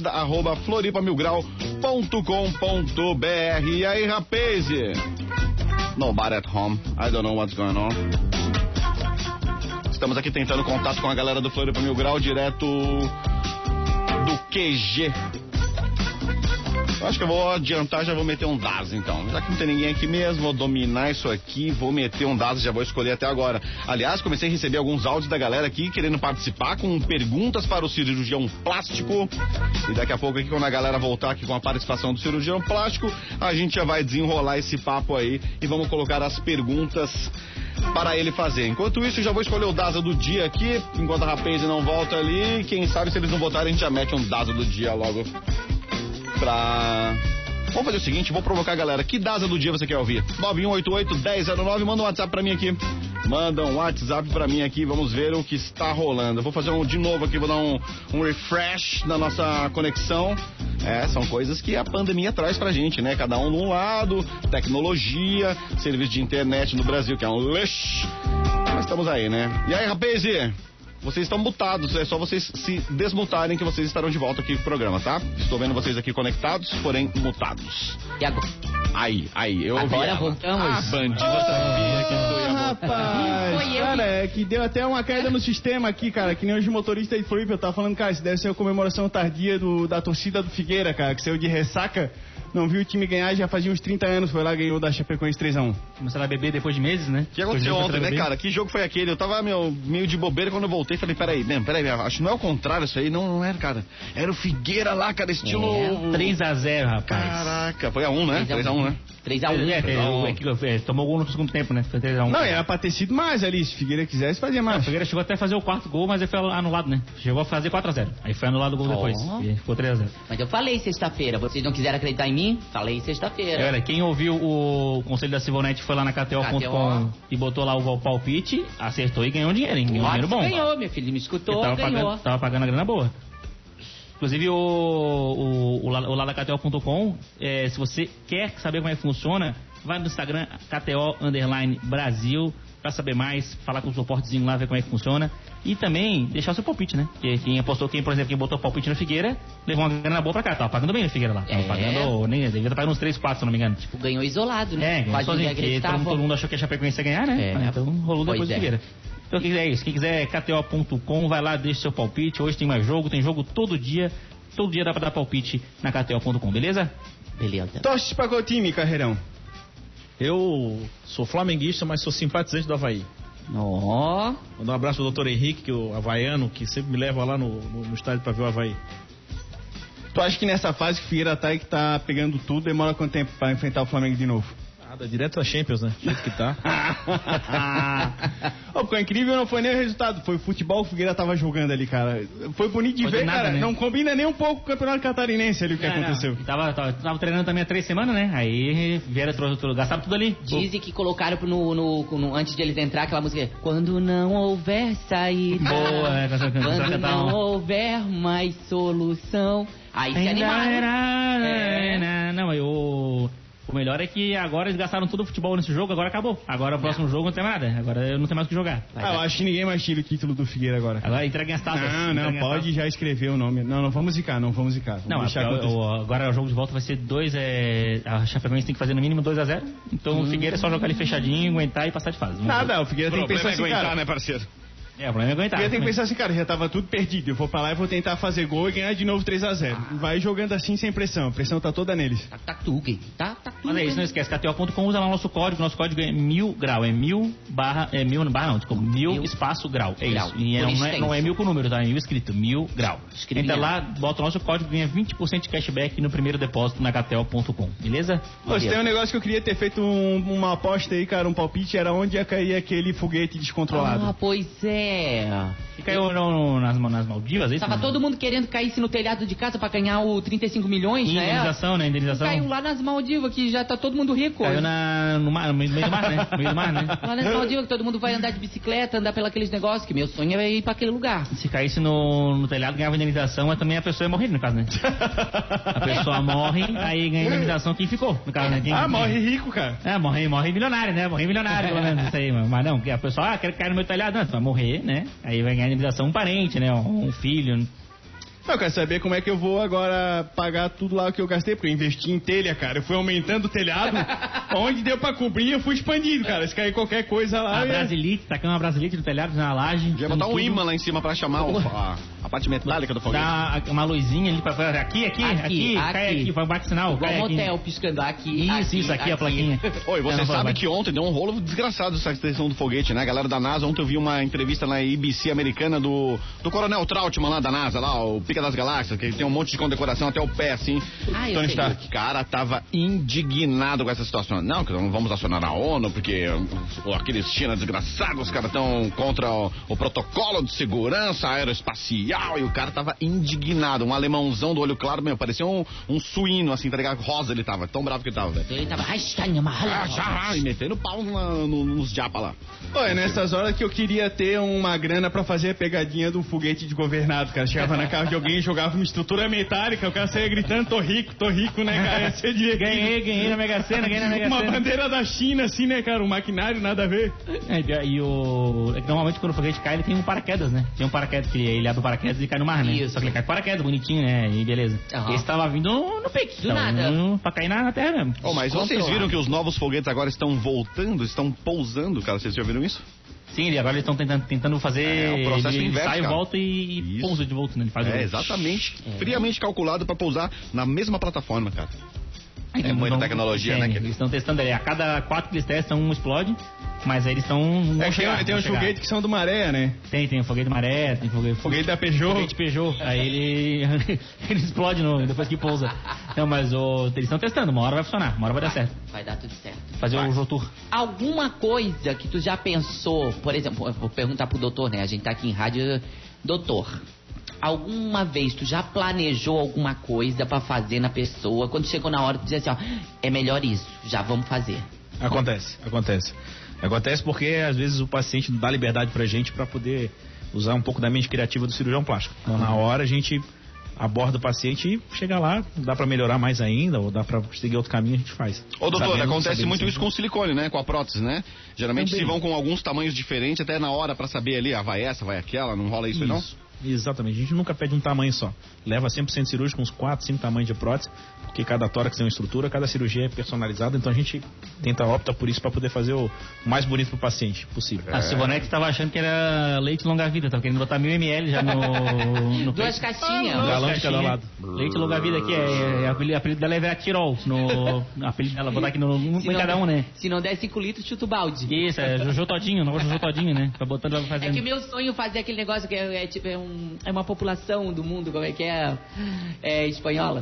Speaker 1: atlantida@floripamilgrau.com.br. E aí, rapaze? Nobody at home, I don't know what's going on. Estamos aqui tentando contato com a galera do Floripa Mil Grau, direto do QG. Eu acho que eu vou adiantar, já vou meter um DAS então. Já que não tem ninguém aqui mesmo, vou dominar isso aqui, vou meter um DAS, já vou escolher até agora. Aliás, comecei a receber alguns áudios da galera aqui querendo participar com perguntas para o cirurgião plástico. E daqui a pouco aqui, quando a galera voltar aqui com a participação do cirurgião plástico, a gente já vai desenrolar esse papo aí e vamos colocar as perguntas para ele fazer. Enquanto isso, já vou escolher o Daza do dia aqui, enquanto a Rapaze não volta ali. Quem sabe, se eles não voltarem, a gente já mete um Daza do dia logo pra... Vamos fazer o seguinte, vou provocar a galera. Que Daza do dia você quer ouvir? 9188-1009, manda um WhatsApp pra mim aqui. Manda um WhatsApp pra mim aqui, vamos ver o que está rolando. Eu vou fazer de novo aqui, vou dar um refresh na nossa conexão. São coisas que a pandemia traz pra gente, né? Cada um num lado, tecnologia, serviço de internet no Brasil, que é um lixo. Mas estamos aí, né? E aí, rapaze? Vocês estão mutados, é só vocês se desmutarem que vocês estarão de volta aqui pro programa, tá? Estou vendo vocês aqui conectados, porém mutados.
Speaker 3: E agora?
Speaker 1: Aí, eu ouvi.
Speaker 3: Agora voltamos.
Speaker 1: Bandida sabia que tu ia voltar.
Speaker 4: Rapaz, cara, é que deu até uma queda no sistema aqui, cara, que nem os motoristas de Floripa, eu tava falando, cara, isso deve ser a comemoração tardia da torcida do Figueira, cara, que saiu de ressaca não viu o time ganhar já fazia uns 30 anos, foi lá e ganhou da Chapecoense 3-1.
Speaker 2: Começaram a beber depois de meses, né?
Speaker 1: O que aconteceu ontem, né, cara? Que jogo foi aquele? Eu tava meio de bobeira quando eu voltei. Falei, peraí, acho que não é o contrário isso aí. Não era, cara. Era o Figueira lá, cara, estilo...
Speaker 2: 3-0, rapaz.
Speaker 1: Caraca, foi a 1, né? 3-1, né?
Speaker 3: 3-1.
Speaker 2: Tomou gol no segundo tempo, né? Foi 3-1.
Speaker 4: Não, era pra ter sido mais ali. Se o Figueira quisesse, fazia mais.
Speaker 2: O Figueira chegou até a fazer o quarto gol, mas aí foi anulado, né? Chegou a fazer 4-0. Aí foi anulado o gol depois. E ficou 3-0.
Speaker 3: Mas eu falei sexta-feira. Vocês não quiseram acreditar em mim? Falei sexta-feira.
Speaker 2: Olha, quem ouviu o conselho da Silvonete foi lá na KTO.com e botou lá o palpite, acertou e ganhou dinheiro, hein? Ganhou dinheiro bom.
Speaker 3: Ganhou, meu filho. Me escutou, ganhou.
Speaker 2: Tava pagando a grana boa. Inclusive, o lá da KTO.com, se você quer saber como é que funciona, vai no Instagram, KTO_Brasil, pra saber mais, falar com o suportezinho lá, ver como é que funciona. E também deixar o seu palpite, né? Porque quem apostou, por exemplo, quem botou palpite no Figueira, levou uma grana boa pra cá. Tava pagando bem no Figueira lá. Tava pagando, devia estar pagando uns 3, 4, se não me engano.
Speaker 3: Tipo, ganhou isolado, né?
Speaker 2: Ganhou sozinho, porque todo mundo achou que a Chapecoense ia ganhar, né? Então rolou depois do Figueira. Então, quem quiser isso, quem quiser KTO.com, vai lá, deixa seu palpite. Hoje tem mais jogo, tem jogo todo dia. Todo dia dá pra dar palpite na KTO.com, beleza?
Speaker 3: Beleza.
Speaker 4: Torce pra qual time, Carreirão?
Speaker 6: Eu sou flamenguista, mas sou simpatizante do Avaí.
Speaker 3: Ó.
Speaker 6: Mandar um abraço pro Dr. Henrique, que é o havaiano, que sempre me leva lá no estádio pra ver o Avaí.
Speaker 4: Tu acha que nessa fase que o Figueira tá e que tá pegando tudo, demora quanto tempo pra enfrentar o Flamengo de novo?
Speaker 6: Nada, direto a Champions, né? Do jeito que tá.
Speaker 4: Ficou incrível, não foi nem o resultado, foi o futebol que o Figueira tava jogando ali, cara. Foi bonito de ver, nada, cara. Né? Não combina nem um pouco com o Campeonato Catarinense ali o que aconteceu.
Speaker 2: Tava treinando também há 3 semanas, né? Aí Vieira gastaram tudo ali.
Speaker 3: Dizem que colocaram no antes de eles entrar aquela música. Quando não houver saída.
Speaker 2: Boa, né?
Speaker 3: Quando não houver mais solução. Aí se animaram.
Speaker 2: Não, o melhor é que agora eles gastaram todo o futebol nesse jogo, agora acabou. Agora o próximo jogo não tem mais nada. Agora eu não tenho mais o que jogar.
Speaker 4: Eu acho que ninguém mais tira o título do Figueira agora.
Speaker 2: Agora entreguem as taças.
Speaker 4: Não, pode já escrever o nome. Não vamos zicar.
Speaker 2: Não, agora o jogo de volta vai ser 2. A Chapecoense tem que fazer no mínimo 2-0. Então o Figueira é só jogar ali fechadinho, aguentar e passar de fase.
Speaker 4: Nada, o Figueira tem que pensar assim,
Speaker 1: aguentar,
Speaker 4: cara,
Speaker 1: né, parceiro?
Speaker 2: O problema é aguentar.
Speaker 4: Eu tenho que pensar assim, cara, já tava tudo perdido. Eu vou pra lá e vou tentar fazer gol e ganhar de novo 3-0. Vai jogando assim sem pressão. A pressão tá toda neles.
Speaker 3: Tá tudo.
Speaker 2: Mas é isso, não esquece. KTO.com usa lá o nosso código. Nosso código é 1000 grau. É 1000 espaço grau. É isso. E não é 1000 com número, tá? É 1000 escrito. 1000 grau. Entra lá, bota o nosso código, ganha 20% de cashback no primeiro depósito na KTO.com. Beleza?
Speaker 4: Você tem um negócio que eu queria ter feito uma aposta aí, cara, um palpite, era onde ia cair aquele foguete descontrolado.
Speaker 3: Pois é.
Speaker 2: E caiu nas Maldivas, é isso?
Speaker 3: Tava todo mundo querendo cair no telhado de casa pra ganhar o 35 milhões, né?
Speaker 2: Indenização.
Speaker 3: Caiu lá nas Maldivas, que já tá todo mundo rico.
Speaker 2: Caiu no meio do mar, né?
Speaker 3: Lá nas Maldivas, que todo mundo vai andar de bicicleta, andar pelos negócios, que meu sonho é ir pra aquele lugar.
Speaker 2: Se caísse no telhado, ganhava indenização, mas também a pessoa ia morrer, no caso, né? A pessoa morre, aí ganha indenização quem ficou, no caso, né?
Speaker 4: Morre rico, cara.
Speaker 2: Morre milionário, né? Morre milionário, pelo menos, isso aí, mas não, que a pessoa, quer cair no meu telhado, não, você vai morrer, né? Aí vai ganhar indenização um parente, né? Um filho.
Speaker 4: Eu quero saber como é que eu vou agora pagar tudo lá que eu gastei, porque eu investi em telha, cara. Eu fui aumentando o telhado, onde deu pra cobrir, eu fui expandindo, cara. Se cair qualquer coisa lá...
Speaker 2: Tacando uma Brasilite no telhado, na laje.
Speaker 1: Já botar um imã lá em cima pra chamar a parte metálica do foguete.
Speaker 2: Dá uma luzinha ali pra falar, aqui, cai aqui, vai bater sinal,
Speaker 3: igual
Speaker 2: cai aqui.
Speaker 3: motel piscando aqui.
Speaker 2: Isso, aqui a plaquinha.
Speaker 1: Oi, você sabe que ontem deu um rolo desgraçado essa questão do foguete, né? A galera da NASA, ontem eu vi uma entrevista na ABC americana do Coronel Trautmann lá da NASA, lá, o Pica das Galáxias, que tem um monte de condecoração até o pé, assim. Tony Stark, cara, tava indignado com essa situação. Não, que não vamos acionar a ONU, porque aqueles China desgraçados, os caras estão contra o protocolo de segurança aeroespacial, e o cara tava indignado. Um alemãozão do olho claro, meu, parecia um suíno, assim, tá ligado? Rosa ele tava, tão bravo que ele tava, velho.
Speaker 3: Ele tava
Speaker 1: e metendo pau nos japa lá.
Speaker 4: É nessas horas que eu queria ter uma grana pra fazer a pegadinha do foguete desgovernado, cara. Chegava na casa de alguém e jogava uma estrutura metálica, o cara saía gritando, tô rico, né, cara? Ia ser divertido.
Speaker 2: Ganhei na Mega Sena,
Speaker 4: Uma bandeira da China, assim, né, cara? Um maquinário, nada a ver.
Speaker 2: Normalmente quando o foguete cai, ele tem um paraquedas, né? Tem um paraquedas, que ele abre o paraquedas e cai no mar, né?
Speaker 3: Isso.
Speaker 2: Só que ele cai com paraquedas, bonitinho, né? E beleza. Esse tava vindo no pique.
Speaker 3: Do nada.
Speaker 2: Pra cair na terra mesmo.
Speaker 1: Mas vocês viram que os novos foguetes agora estão voltando, estão pousando, cara? Vocês já viram isso?
Speaker 2: Sim, agora eles estão tentando fazer...
Speaker 1: o processo
Speaker 2: ele
Speaker 1: inverso,
Speaker 2: sai,
Speaker 1: cara.
Speaker 2: volta e pousa de volta, né? Ele faz
Speaker 1: exatamente. Friamente calculado pra pousar na mesma plataforma, cara. É muita tecnologia, né?
Speaker 2: Eles estão testando ali. A cada 4 que eles testam, um explode. Mas aí eles estão...
Speaker 4: Tem uns foguetes que são do Maré, né?
Speaker 2: Tem um foguete Maré, tem
Speaker 4: foguete da Peugeot.
Speaker 2: Foguete Peugeot. Aí ele explode depois que pousa. Não, mas eles estão testando. Uma hora vai funcionar, uma hora vai dar certo.
Speaker 3: Vai dar tudo certo.
Speaker 2: Fazer o Jotour.
Speaker 3: Alguma coisa que tu já pensou, por exemplo, eu vou perguntar pro doutor, né? A gente tá aqui em rádio. Doutor, alguma vez tu já planejou alguma coisa pra fazer na pessoa? Quando chegou na hora, tu dizia assim, ó, é melhor isso, já vamos fazer.
Speaker 7: Acontece porque às vezes o paciente dá liberdade pra gente pra poder usar um pouco da mente criativa do cirurgião plástico. Então na hora a gente aborda o paciente e chega lá, dá pra melhorar mais ainda, ou dá pra seguir outro caminho, a gente faz.
Speaker 1: Ô doutor, acontece muito isso com o silicone, né? Com a prótese, né? Geralmente se vão com alguns tamanhos diferentes, até na hora pra saber ali, vai essa, vai aquela, não rola isso aí não?
Speaker 7: Exatamente, a gente nunca pede um tamanho só. Leva 100% cirúrgico, uns 4, 5 tamanhos de prótese, porque cada tórax tem uma estrutura, cada cirurgia é personalizada, então a gente opta por isso para poder fazer o mais bonito pro paciente possível.
Speaker 2: A Silvonete estava achando que era leite longa-vida, tava querendo botar 1000 ml já no
Speaker 3: Duas caixinhas.
Speaker 7: Galão de cada lado.
Speaker 2: Leite longa-vida aqui, o apelido dela é Veratirol, apelido dela, botar aqui em cada um, né?
Speaker 3: Se não der 5 litros, chuta o balde.
Speaker 2: Isso, é Jojo Todinho, não Jojo Todinho, né? Vai botando, vai fazendo.
Speaker 3: É que meu sonho é fazer aquele negócio que é tipo, é uma população do mundo, como é que é? É espanhola.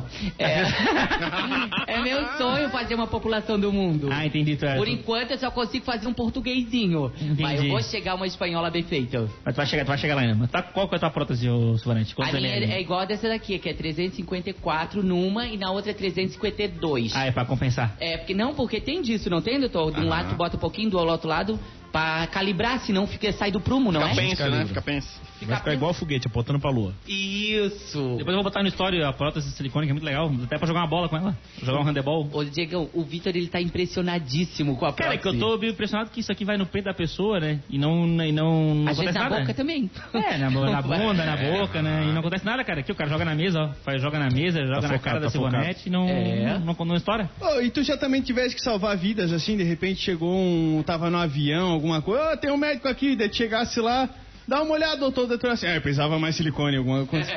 Speaker 3: É meu sonho fazer uma população do mundo.
Speaker 2: Ah, entendi.
Speaker 3: Por enquanto eu só consigo fazer um portuguesinho.
Speaker 2: Entendi.
Speaker 3: Mas eu vou chegar uma espanhola bem feita.
Speaker 2: Mas tu vai chegar lá ainda. Mas qual que é a tua prótese, Silvanete?
Speaker 3: A minha é igual a dessa daqui, que é 354 numa e na outra é 352.
Speaker 2: Ah, é pra compensar.
Speaker 3: Porque tem disso, não tem, doutor? De um lado tu bota um pouquinho, do outro lado, pra calibrar, senão sai do prumo, não
Speaker 1: Fica
Speaker 3: é?
Speaker 1: pensa, né? Fica pensa.
Speaker 7: Vai ficar igual o foguete, apontando pra lua.
Speaker 3: Isso.
Speaker 2: Depois eu vou botar no story a prótese de silicone, que é muito legal. Até pra jogar uma bola com ela. Jogar um handebol.
Speaker 3: Ô, Diego, o Vitor, ele tá impressionadíssimo com a prótese.
Speaker 2: Cara, é que eu tô impressionado que isso aqui vai no peito da pessoa, né? E não
Speaker 3: Às vezes
Speaker 2: acontece
Speaker 3: na
Speaker 2: nada.
Speaker 3: boca também.
Speaker 2: Na bunda, na boca, né? E não acontece nada, cara. Aqui o cara joga na mesa, ó. Joga na mesa, joga na cara da Silvanete e não estoura.
Speaker 4: E tu já também tivesse que salvar vidas, assim, de repente chegou tava no avião, alguma coisa, tem um médico aqui, daí tu chegasse lá, dá uma olhada, doutor, assim, eu precisava mais silicone, alguma coisa.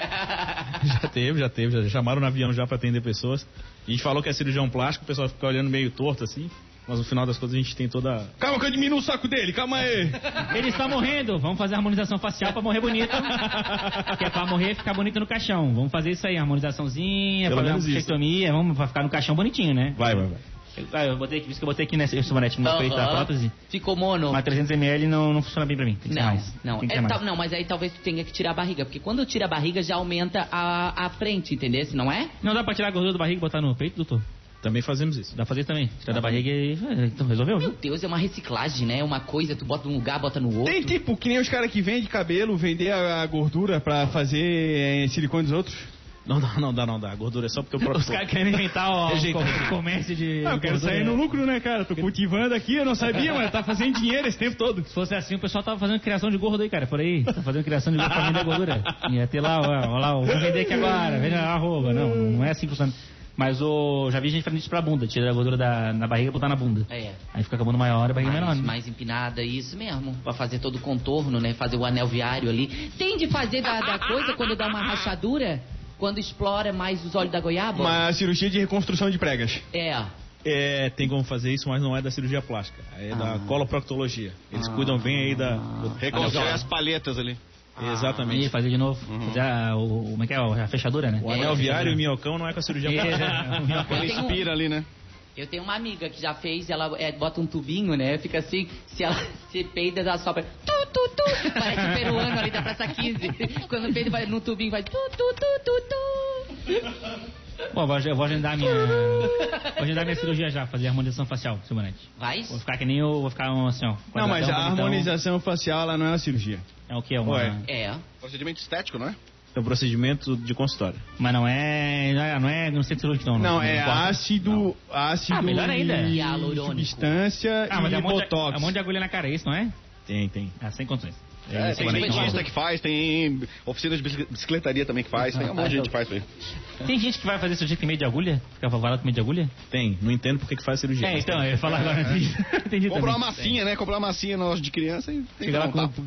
Speaker 7: Já teve, já chamaram no avião já pra atender pessoas. A gente falou que é cirurgião plástico, o pessoal fica olhando meio torto assim, mas no final das contas a gente tem toda...
Speaker 4: Calma que eu diminuo o saco dele, calma aí.
Speaker 2: Ele está morrendo, vamos fazer a harmonização facial pra morrer bonito. Que é pra morrer e ficar bonito no caixão. Vamos fazer isso aí, harmonizaçãozinha, fazer uma bichectomia, vamos ficar no caixão bonitinho, né?
Speaker 7: Vai.
Speaker 2: Eu botei aqui, por isso que eu botei aqui nessa Silvanete, no peito da prótese.
Speaker 3: Ficou mono.
Speaker 2: Mas 300ml não funciona bem pra mim. Tem que ser mais.
Speaker 3: Não, mas aí talvez tu tenha que tirar a barriga, porque quando tira a barriga já aumenta a frente, entendeu? Se não é?
Speaker 2: Não dá pra tirar a gordura da barriga e botar no peito, doutor?
Speaker 7: Também fazemos isso.
Speaker 2: Dá pra fazer também. Tirar da barriga e... Então resolveu.
Speaker 3: Meu Deus, é uma reciclagem, né? Uma coisa, tu bota num lugar, bota no outro.
Speaker 4: Tem tipo, que nem os caras que vendem cabelo, vender a gordura pra fazer silicone dos outros.
Speaker 7: Não dá. A gordura é só porque o próprio...
Speaker 2: Os caras querem inventar o comércio de...
Speaker 4: eu quero sair no lucro, né, cara? Tô cultivando aqui, eu não sabia, mas tá fazendo dinheiro esse tempo todo.
Speaker 2: Se fosse assim, o pessoal tava fazendo criação de gordo aí, cara, por aí. Tá fazendo criação de gordo pra vender gordura. Ia ter lá, vou vender aqui agora, vende a arroba. Não é assim que funciona. Mas já vi gente fazendo isso pra bunda, tira a gordura na barriga e botar na bunda. Aí fica com a bunda maior e a barriga menor. Né?
Speaker 3: Mais empinada, isso mesmo. Pra fazer todo o contorno, né? Fazer o anel viário ali. Tem de fazer da coisa quando dá uma rachadura? Quando explora mais os olhos da goiaba?
Speaker 4: Uma cirurgia de reconstrução de pregas.
Speaker 7: Tem como fazer isso, mas não é da cirurgia plástica. É da coloproctologia. Eles cuidam bem aí da...
Speaker 1: Reconstruir as palhetas ali.
Speaker 7: Exatamente.
Speaker 2: E fazer de novo. Fazer como é que é? A fechadura, né?
Speaker 7: O anel viário e o minhocão não é com a cirurgia plástica.
Speaker 1: Quando inspira ali, né?
Speaker 3: Eu tenho uma amiga que já fez, ela bota um tubinho, né? Fica assim, se ela se peida, ela sopra. Parece peruano ali da Praça 15. Quando peida, vai no tubinho, vai.
Speaker 2: Bom, eu vou agendar minha cirurgia já, fazer a harmonização facial, Silvanete.
Speaker 3: Vai?
Speaker 2: Vou ficar que nem eu, vou ficar assim, ó.
Speaker 4: Não, mas a harmonização facial, ela não é uma cirurgia.
Speaker 2: É o que?
Speaker 1: Procedimento estético, não é?
Speaker 7: É um procedimento de consultório.
Speaker 2: Mas não é no centro cirúrgico, não.
Speaker 4: Não, é ácido
Speaker 2: melhor ainda.
Speaker 3: E hialurônico.
Speaker 4: Substância
Speaker 2: mas
Speaker 4: e botox.
Speaker 2: É um monte de agulha na cara, é isso, não é?
Speaker 7: Tem.
Speaker 2: Sem condições.
Speaker 1: Tem dentista que faz, tem oficina de bicicletaria também que faz, tem um monte de gente que faz isso aí.
Speaker 2: Tem gente que vai fazer cirurgia com meio de agulha? Fica varado com meio de agulha?
Speaker 7: Tem, não entendo por que faz cirurgia.
Speaker 2: Então, eu ia falar agora. Entendi.
Speaker 1: Comprar uma massinha, né? Comprar uma massinha na loja de criança e
Speaker 2: chega lá com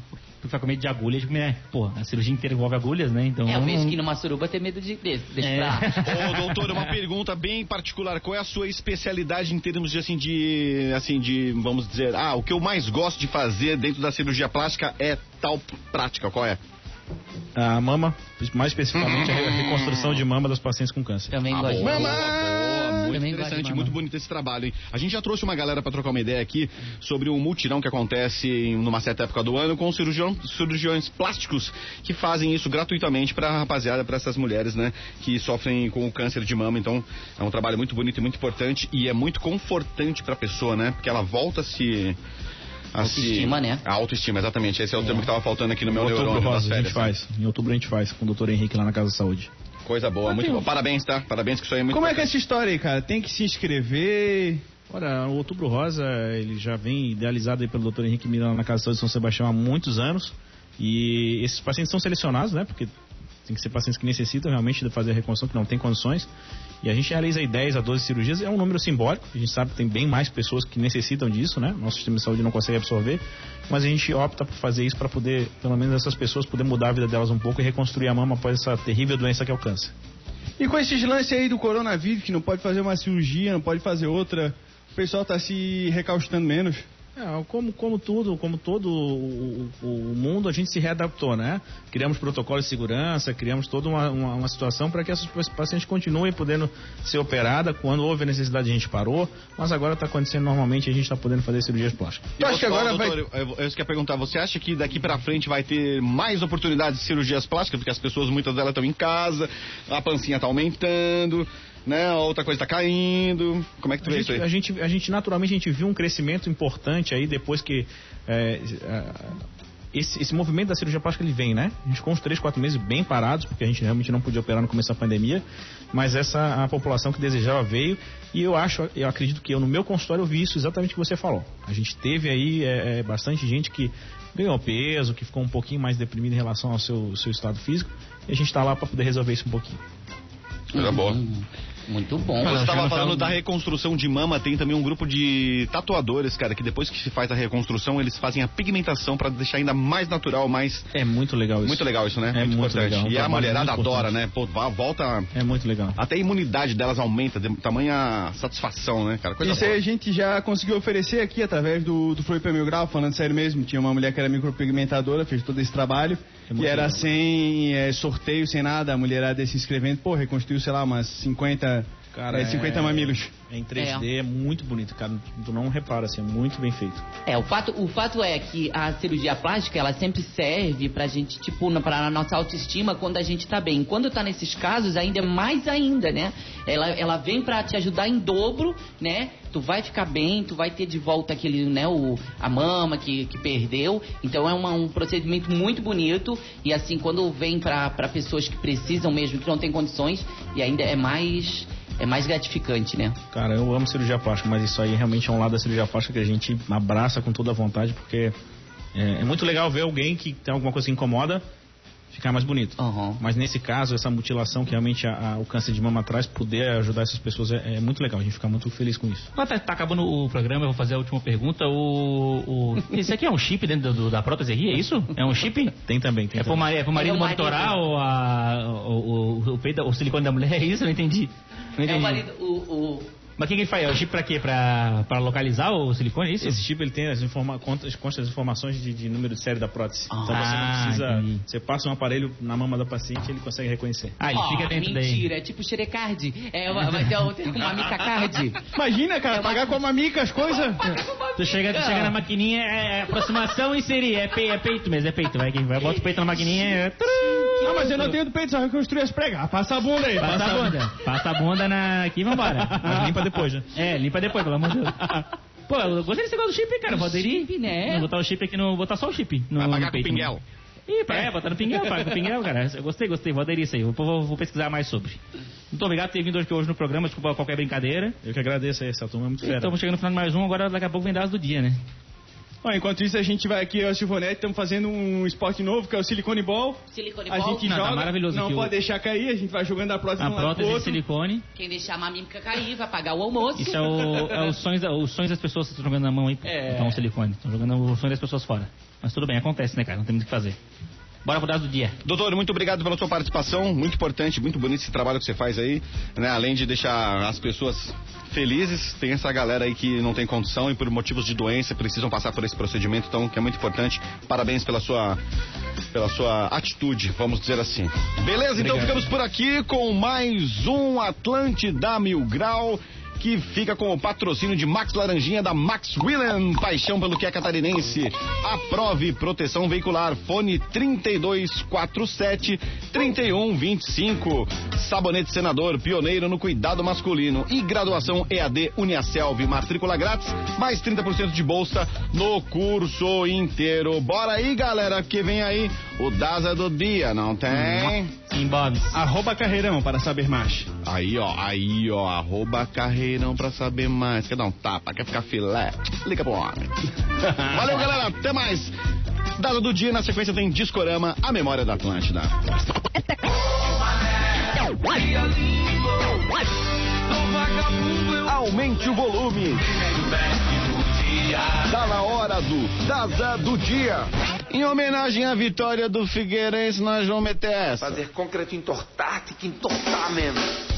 Speaker 2: ficar com medo de agulhas, né? Pô, a cirurgia inteira envolve agulhas, né? Então...
Speaker 3: Eu vejo que numa suruba tem medo de
Speaker 1: Ô, doutor, uma pergunta bem particular. Qual é a sua especialidade em termos de, vamos dizer, o que eu mais gosto de fazer dentro da cirurgia plástica é tal prática, qual é?
Speaker 7: A mama, mais especificamente a reconstrução de mama das pacientes com câncer.
Speaker 3: Também gosto de
Speaker 1: Boa, muito
Speaker 3: Também
Speaker 1: interessante,
Speaker 3: gosto de
Speaker 1: muito bonito esse trabalho, hein? A gente já trouxe uma galera para trocar uma ideia aqui sobre um mutirão que acontece numa certa época do ano com cirurgiões plásticos que fazem isso gratuitamente para rapaziada, para essas mulheres, né, que sofrem com o câncer de mama. Então, é um trabalho muito bonito e muito importante e é muito confortante para a pessoa, né? Porque ela volta a se...
Speaker 3: Autoestima, né?
Speaker 1: A autoestima, exatamente. Esse é o termo que estava faltando aqui no meu neurônio das férias.
Speaker 7: Em outubro a gente faz com o Dr. Henrique lá na Casa da Saúde.
Speaker 1: Coisa boa, muito bom. Parabéns, tá? Parabéns, que isso aí é muito
Speaker 4: Como
Speaker 1: importante.
Speaker 4: é que é essa história aí, cara? Tem que se inscrever...
Speaker 7: Ora, o Outubro Rosa, ele já vem idealizado aí pelo Dr. Henrique Miranda na Casa da Saúde de São Sebastião há muitos anos. E esses pacientes são selecionados, né? Porque tem que ser pacientes que necessitam realmente de fazer a reconstrução, que não tem condições. E a gente realiza aí 10 a 12 cirurgias, é um número simbólico, a gente sabe que tem bem mais pessoas que necessitam disso, né? Nosso sistema de saúde não consegue absorver, mas a gente opta por fazer isso para poder, pelo menos essas pessoas, poder mudar a vida delas um pouco e reconstruir a mama após essa terrível doença que é o câncer.
Speaker 4: E com esses lances aí do coronavírus, que não pode fazer uma cirurgia, não pode fazer outra, o pessoal tá se recaustando menos.
Speaker 7: Como todo o mundo, a gente se readaptou, né? Criamos protocolos de segurança, criamos toda uma situação para que essas pacientes continuem podendo ser operadas. Quando houve a necessidade, a gente parou, mas agora está acontecendo normalmente, a gente está podendo fazer cirurgias plásticas.
Speaker 1: Eu acho que agora doutor, eu quero perguntar, você acha que daqui para frente vai ter mais oportunidades de cirurgias plásticas? Porque as pessoas, muitas delas estão em casa, a pancinha está aumentando, né? A outra coisa está caindo. Como é que tu vê isso aí?
Speaker 7: A gente naturalmente viu um crescimento importante aí depois que esse movimento da cirurgia plástica ele vem, né? A gente ficou uns 3, 4 meses bem parados, porque a gente realmente não podia operar no começo da pandemia, mas a população que desejava veio, e eu acredito que no meu consultório eu vi isso exatamente o que você falou. A gente teve aí bastante gente que ganhou peso, que ficou um pouquinho mais deprimido em relação ao seu estado físico, e a gente está lá para poder resolver isso um pouquinho.
Speaker 1: Coisa boa.
Speaker 3: Muito bom.
Speaker 1: Você estava falando da reconstrução de mama, tem também um grupo de tatuadores, cara, que depois que se faz a reconstrução, eles fazem a pigmentação para deixar ainda mais natural, mais...
Speaker 7: É muito legal isso.
Speaker 1: Muito legal isso, né?
Speaker 7: É muito
Speaker 1: importante.
Speaker 7: Legal.
Speaker 1: E a mulherada adora, né? Pô, volta...
Speaker 7: É muito legal.
Speaker 1: Até a imunidade delas aumenta, tamanha satisfação, né, cara? Coisa
Speaker 4: isso aí a gente já conseguiu oferecer aqui através do Floripa Mil Grau, falando sério mesmo. Tinha uma mulher que era micropigmentadora, fez todo esse trabalho. E era legal. Sem sorteio, sem nada. A mulherada se inscrevendo, reconstruiu, sei lá, umas 50 mamilos.
Speaker 7: Em 3D é muito bonito, cara. Tu não repara, assim, é muito bem feito.
Speaker 3: O fato é que a cirurgia plástica, ela sempre serve pra gente, pra nossa autoestima quando a gente tá bem. Quando tá nesses casos, ainda é mais ainda, né? Ela vem pra te ajudar em dobro, né? Tu vai ficar bem, tu vai ter de volta aquele, né, a mama que perdeu. Então é um procedimento muito bonito. E assim, quando vem pra pessoas que precisam mesmo, que não tem condições, e ainda é mais gratificante, né?
Speaker 7: Cara, eu amo cirurgia plástica, mas isso aí realmente é um lado da cirurgia plástica que a gente abraça com toda a vontade, porque é muito legal ver alguém que tem alguma coisa que incomoda ficar mais bonito.
Speaker 3: Uhum.
Speaker 7: Mas nesse caso, essa mutilação que realmente o câncer de mama traz, poder ajudar essas pessoas é muito legal. A gente fica muito feliz com isso.
Speaker 2: Tá acabando o programa, eu vou fazer a última pergunta. Esse aqui é um chip dentro da prótese aqui, é isso? É um chip?
Speaker 7: Tem também.
Speaker 2: Pro marido monitorar o silicone da mulher, é isso? Eu não entendi.
Speaker 3: É o marido,
Speaker 2: Mas o que ele faz? É o chip pra quê? Pra localizar o silicone, é isso?
Speaker 7: Esse chip ele tem consta as informações de número de série da prótese. Então você não precisa...
Speaker 2: Entendi.
Speaker 7: Você passa um aparelho na mama da paciente e ele consegue reconhecer.
Speaker 2: Ele fica dentro daí.
Speaker 3: Mentira, é tipo xerecard. Vai ter uma mica card.
Speaker 4: Imagina, cara, pagar com a mamica as coisas.
Speaker 2: Tu chega na maquininha, aproximação e inserir. É peito mesmo, é peito. Vai, bota o peito na maquininha.
Speaker 4: Não, mas eu não tenho do peito, só reconstruir as pregas. Passa a bunda aí.
Speaker 2: Passa a bunda aqui e vambora.
Speaker 7: Mas limpa depois, né?
Speaker 2: Limpa depois, pelo amor de Deus. Pô, eu gostei desse negócio do chip, cara. Poderia.
Speaker 3: Chip, né?
Speaker 2: Não botar o chip aqui, botar só o chip.
Speaker 1: Vai pagar
Speaker 2: no peito,
Speaker 1: com o pinguel.
Speaker 2: Botar no pinguel, paga com o pinguel, cara. Eu gostei, vou aderir isso aí. Vou pesquisar mais sobre. Muito obrigado por ter vindo hoje no programa, desculpa qualquer brincadeira.
Speaker 7: Eu que agradeço aí, essa turma é muito fera.
Speaker 2: Estamos chegando no final de mais um, agora daqui a pouco vem das do dia, né?
Speaker 4: Enquanto isso, a gente vai aqui, eu e a Silvonete, estamos fazendo um esporte novo, que é o Silicone Ball.
Speaker 3: Silicone
Speaker 4: A
Speaker 3: Ball.
Speaker 4: gente joga,
Speaker 2: tá maravilhoso
Speaker 4: não
Speaker 2: aqui,
Speaker 4: pode deixar cair, a gente vai jogando a prótese de um lado pro
Speaker 2: de
Speaker 4: outro.
Speaker 2: silicone.
Speaker 3: Quem deixar a mamímica cair vai pagar o almoço.
Speaker 2: Isso é os sonhos das pessoas que estão jogando na mão aí. Então o silicone. Estão jogando os sonhos das pessoas fora. Mas tudo bem, acontece, né, cara? Não tem muito o que fazer. Bora pro dado do dia.
Speaker 1: Doutor, muito obrigado pela sua participação, muito importante, muito bonito esse trabalho que você faz aí, né? Além de deixar as pessoas felizes, tem essa galera aí que não tem condição e por motivos de doença precisam passar por esse procedimento, então que é muito importante. Parabéns pela sua atitude, vamos dizer assim. Beleza? Obrigado. Então ficamos por aqui com mais um Atlântida Mil Grau, que fica com o patrocínio de Max Laranjinha da Max William, paixão pelo que é catarinense. Aprove proteção veicular, fone 3247-3125. Sabonete Senador, pioneiro no cuidado masculino. E graduação EAD Uniaselv, matrícula grátis, mais 30% de bolsa no curso inteiro. Bora aí, galera, que vem aí o Daza do dia, não tem?
Speaker 2: Sim, Bobs.
Speaker 4: @Carreirão para saber mais.
Speaker 1: Aí, ó, @Carreirão pra saber mais. Quer dar um tapa, quer ficar filé? Liga pro homem. Valeu, galera, até mais. Dado do dia, na sequência tem Discorama, a memória da Atlântida. Aumente o volume. Tá na hora do Daza do dia. Em homenagem à vitória do Figueirense, nós vamos meter essa.
Speaker 8: Fazer concreto entortar, tem que entortar mesmo.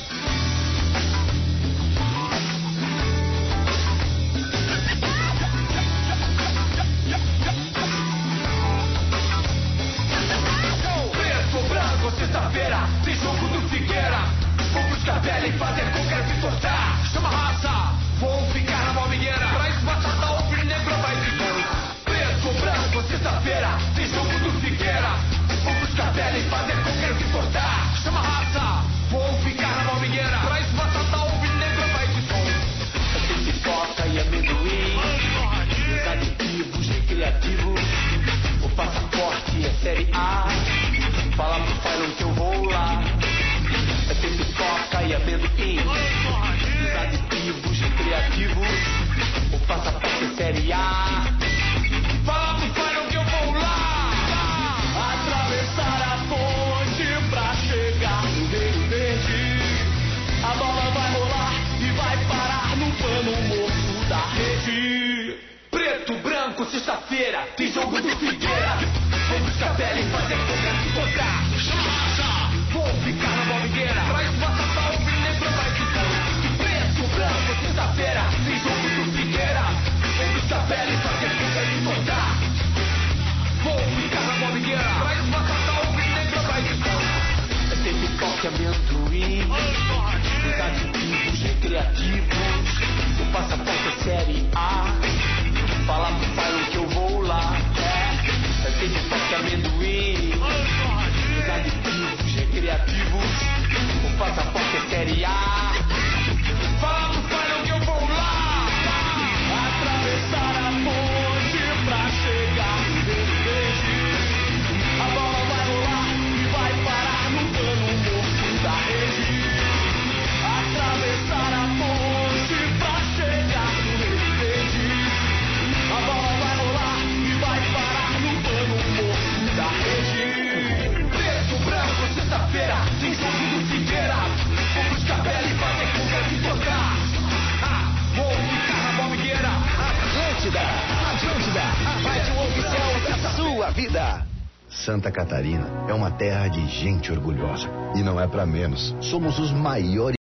Speaker 9: Sexta-feira, tem jogo do Figueira. Vou buscar velha e fazer concreto e tortar. Chama a raça, vou ficar na bombigueira. Pra isso, batata, ovo e negro vai de bom. Preto ou branco, sexta-feira, tem jogo do Figueira. Vou buscar velha e fazer concreto e tortar. Chama a raça, vou ficar na bombigueira. Pra isso, batata, ovo e negro vai de bom.
Speaker 8: Tem pipoca e amendoim, os aditivos recreativos. O passaporte é série A. Fala pro Fylon que eu vou lá. Tem pipoca e amendoim, os aditivos recreativos. O passaporte é série A.
Speaker 9: Fala pro Fylon que eu vou lá.
Speaker 8: Atravessar a ponte pra chegar no Rio Verde. A bola vai rolar e vai parar no pano morto da rede.
Speaker 9: Preto, branco, sexta-feira, tem jogo do Figueira. Vou buscar pele e fazer concreto e tocar. Vou ficar na bombigueira. Pra isso, batata, ovo e negro vai ficar. Preto, branco, sexta-feira, tem jogo do Figueira. Vou buscar pele e fazer concreto e tocar. Vou ficar na bombigueira. Pra isso, batata, ovo e negro vai ficar.
Speaker 8: Tem pipoca e amendoim, os aditivos recreativos. O passaporte é série A. Fala pro Fylon que eu vou lá. Tem pipoca e amendoim, os aditivos recreativos. O passaporte é série A.
Speaker 9: Fala pro Fylon que eu vou lá.
Speaker 8: Atravessar a ponte pra chegar no Rio Verde. A bola vai rolar e vai parar no pano morto da rede. Atravessar a ponte pra chegar no Rio Verde. A bola vai rolar e vai parar no pano morto da rede.
Speaker 9: Preto, branco, sexta-feira, tem jogo do Figueira. Vou buscar pele e fazer concreto e tocar. Vou ficar na bombigueira.
Speaker 10: Atlântida, a rádio oficial da sua vida. Santa Catarina é uma terra de gente orgulhosa. E não é pra menos. Somos os maiores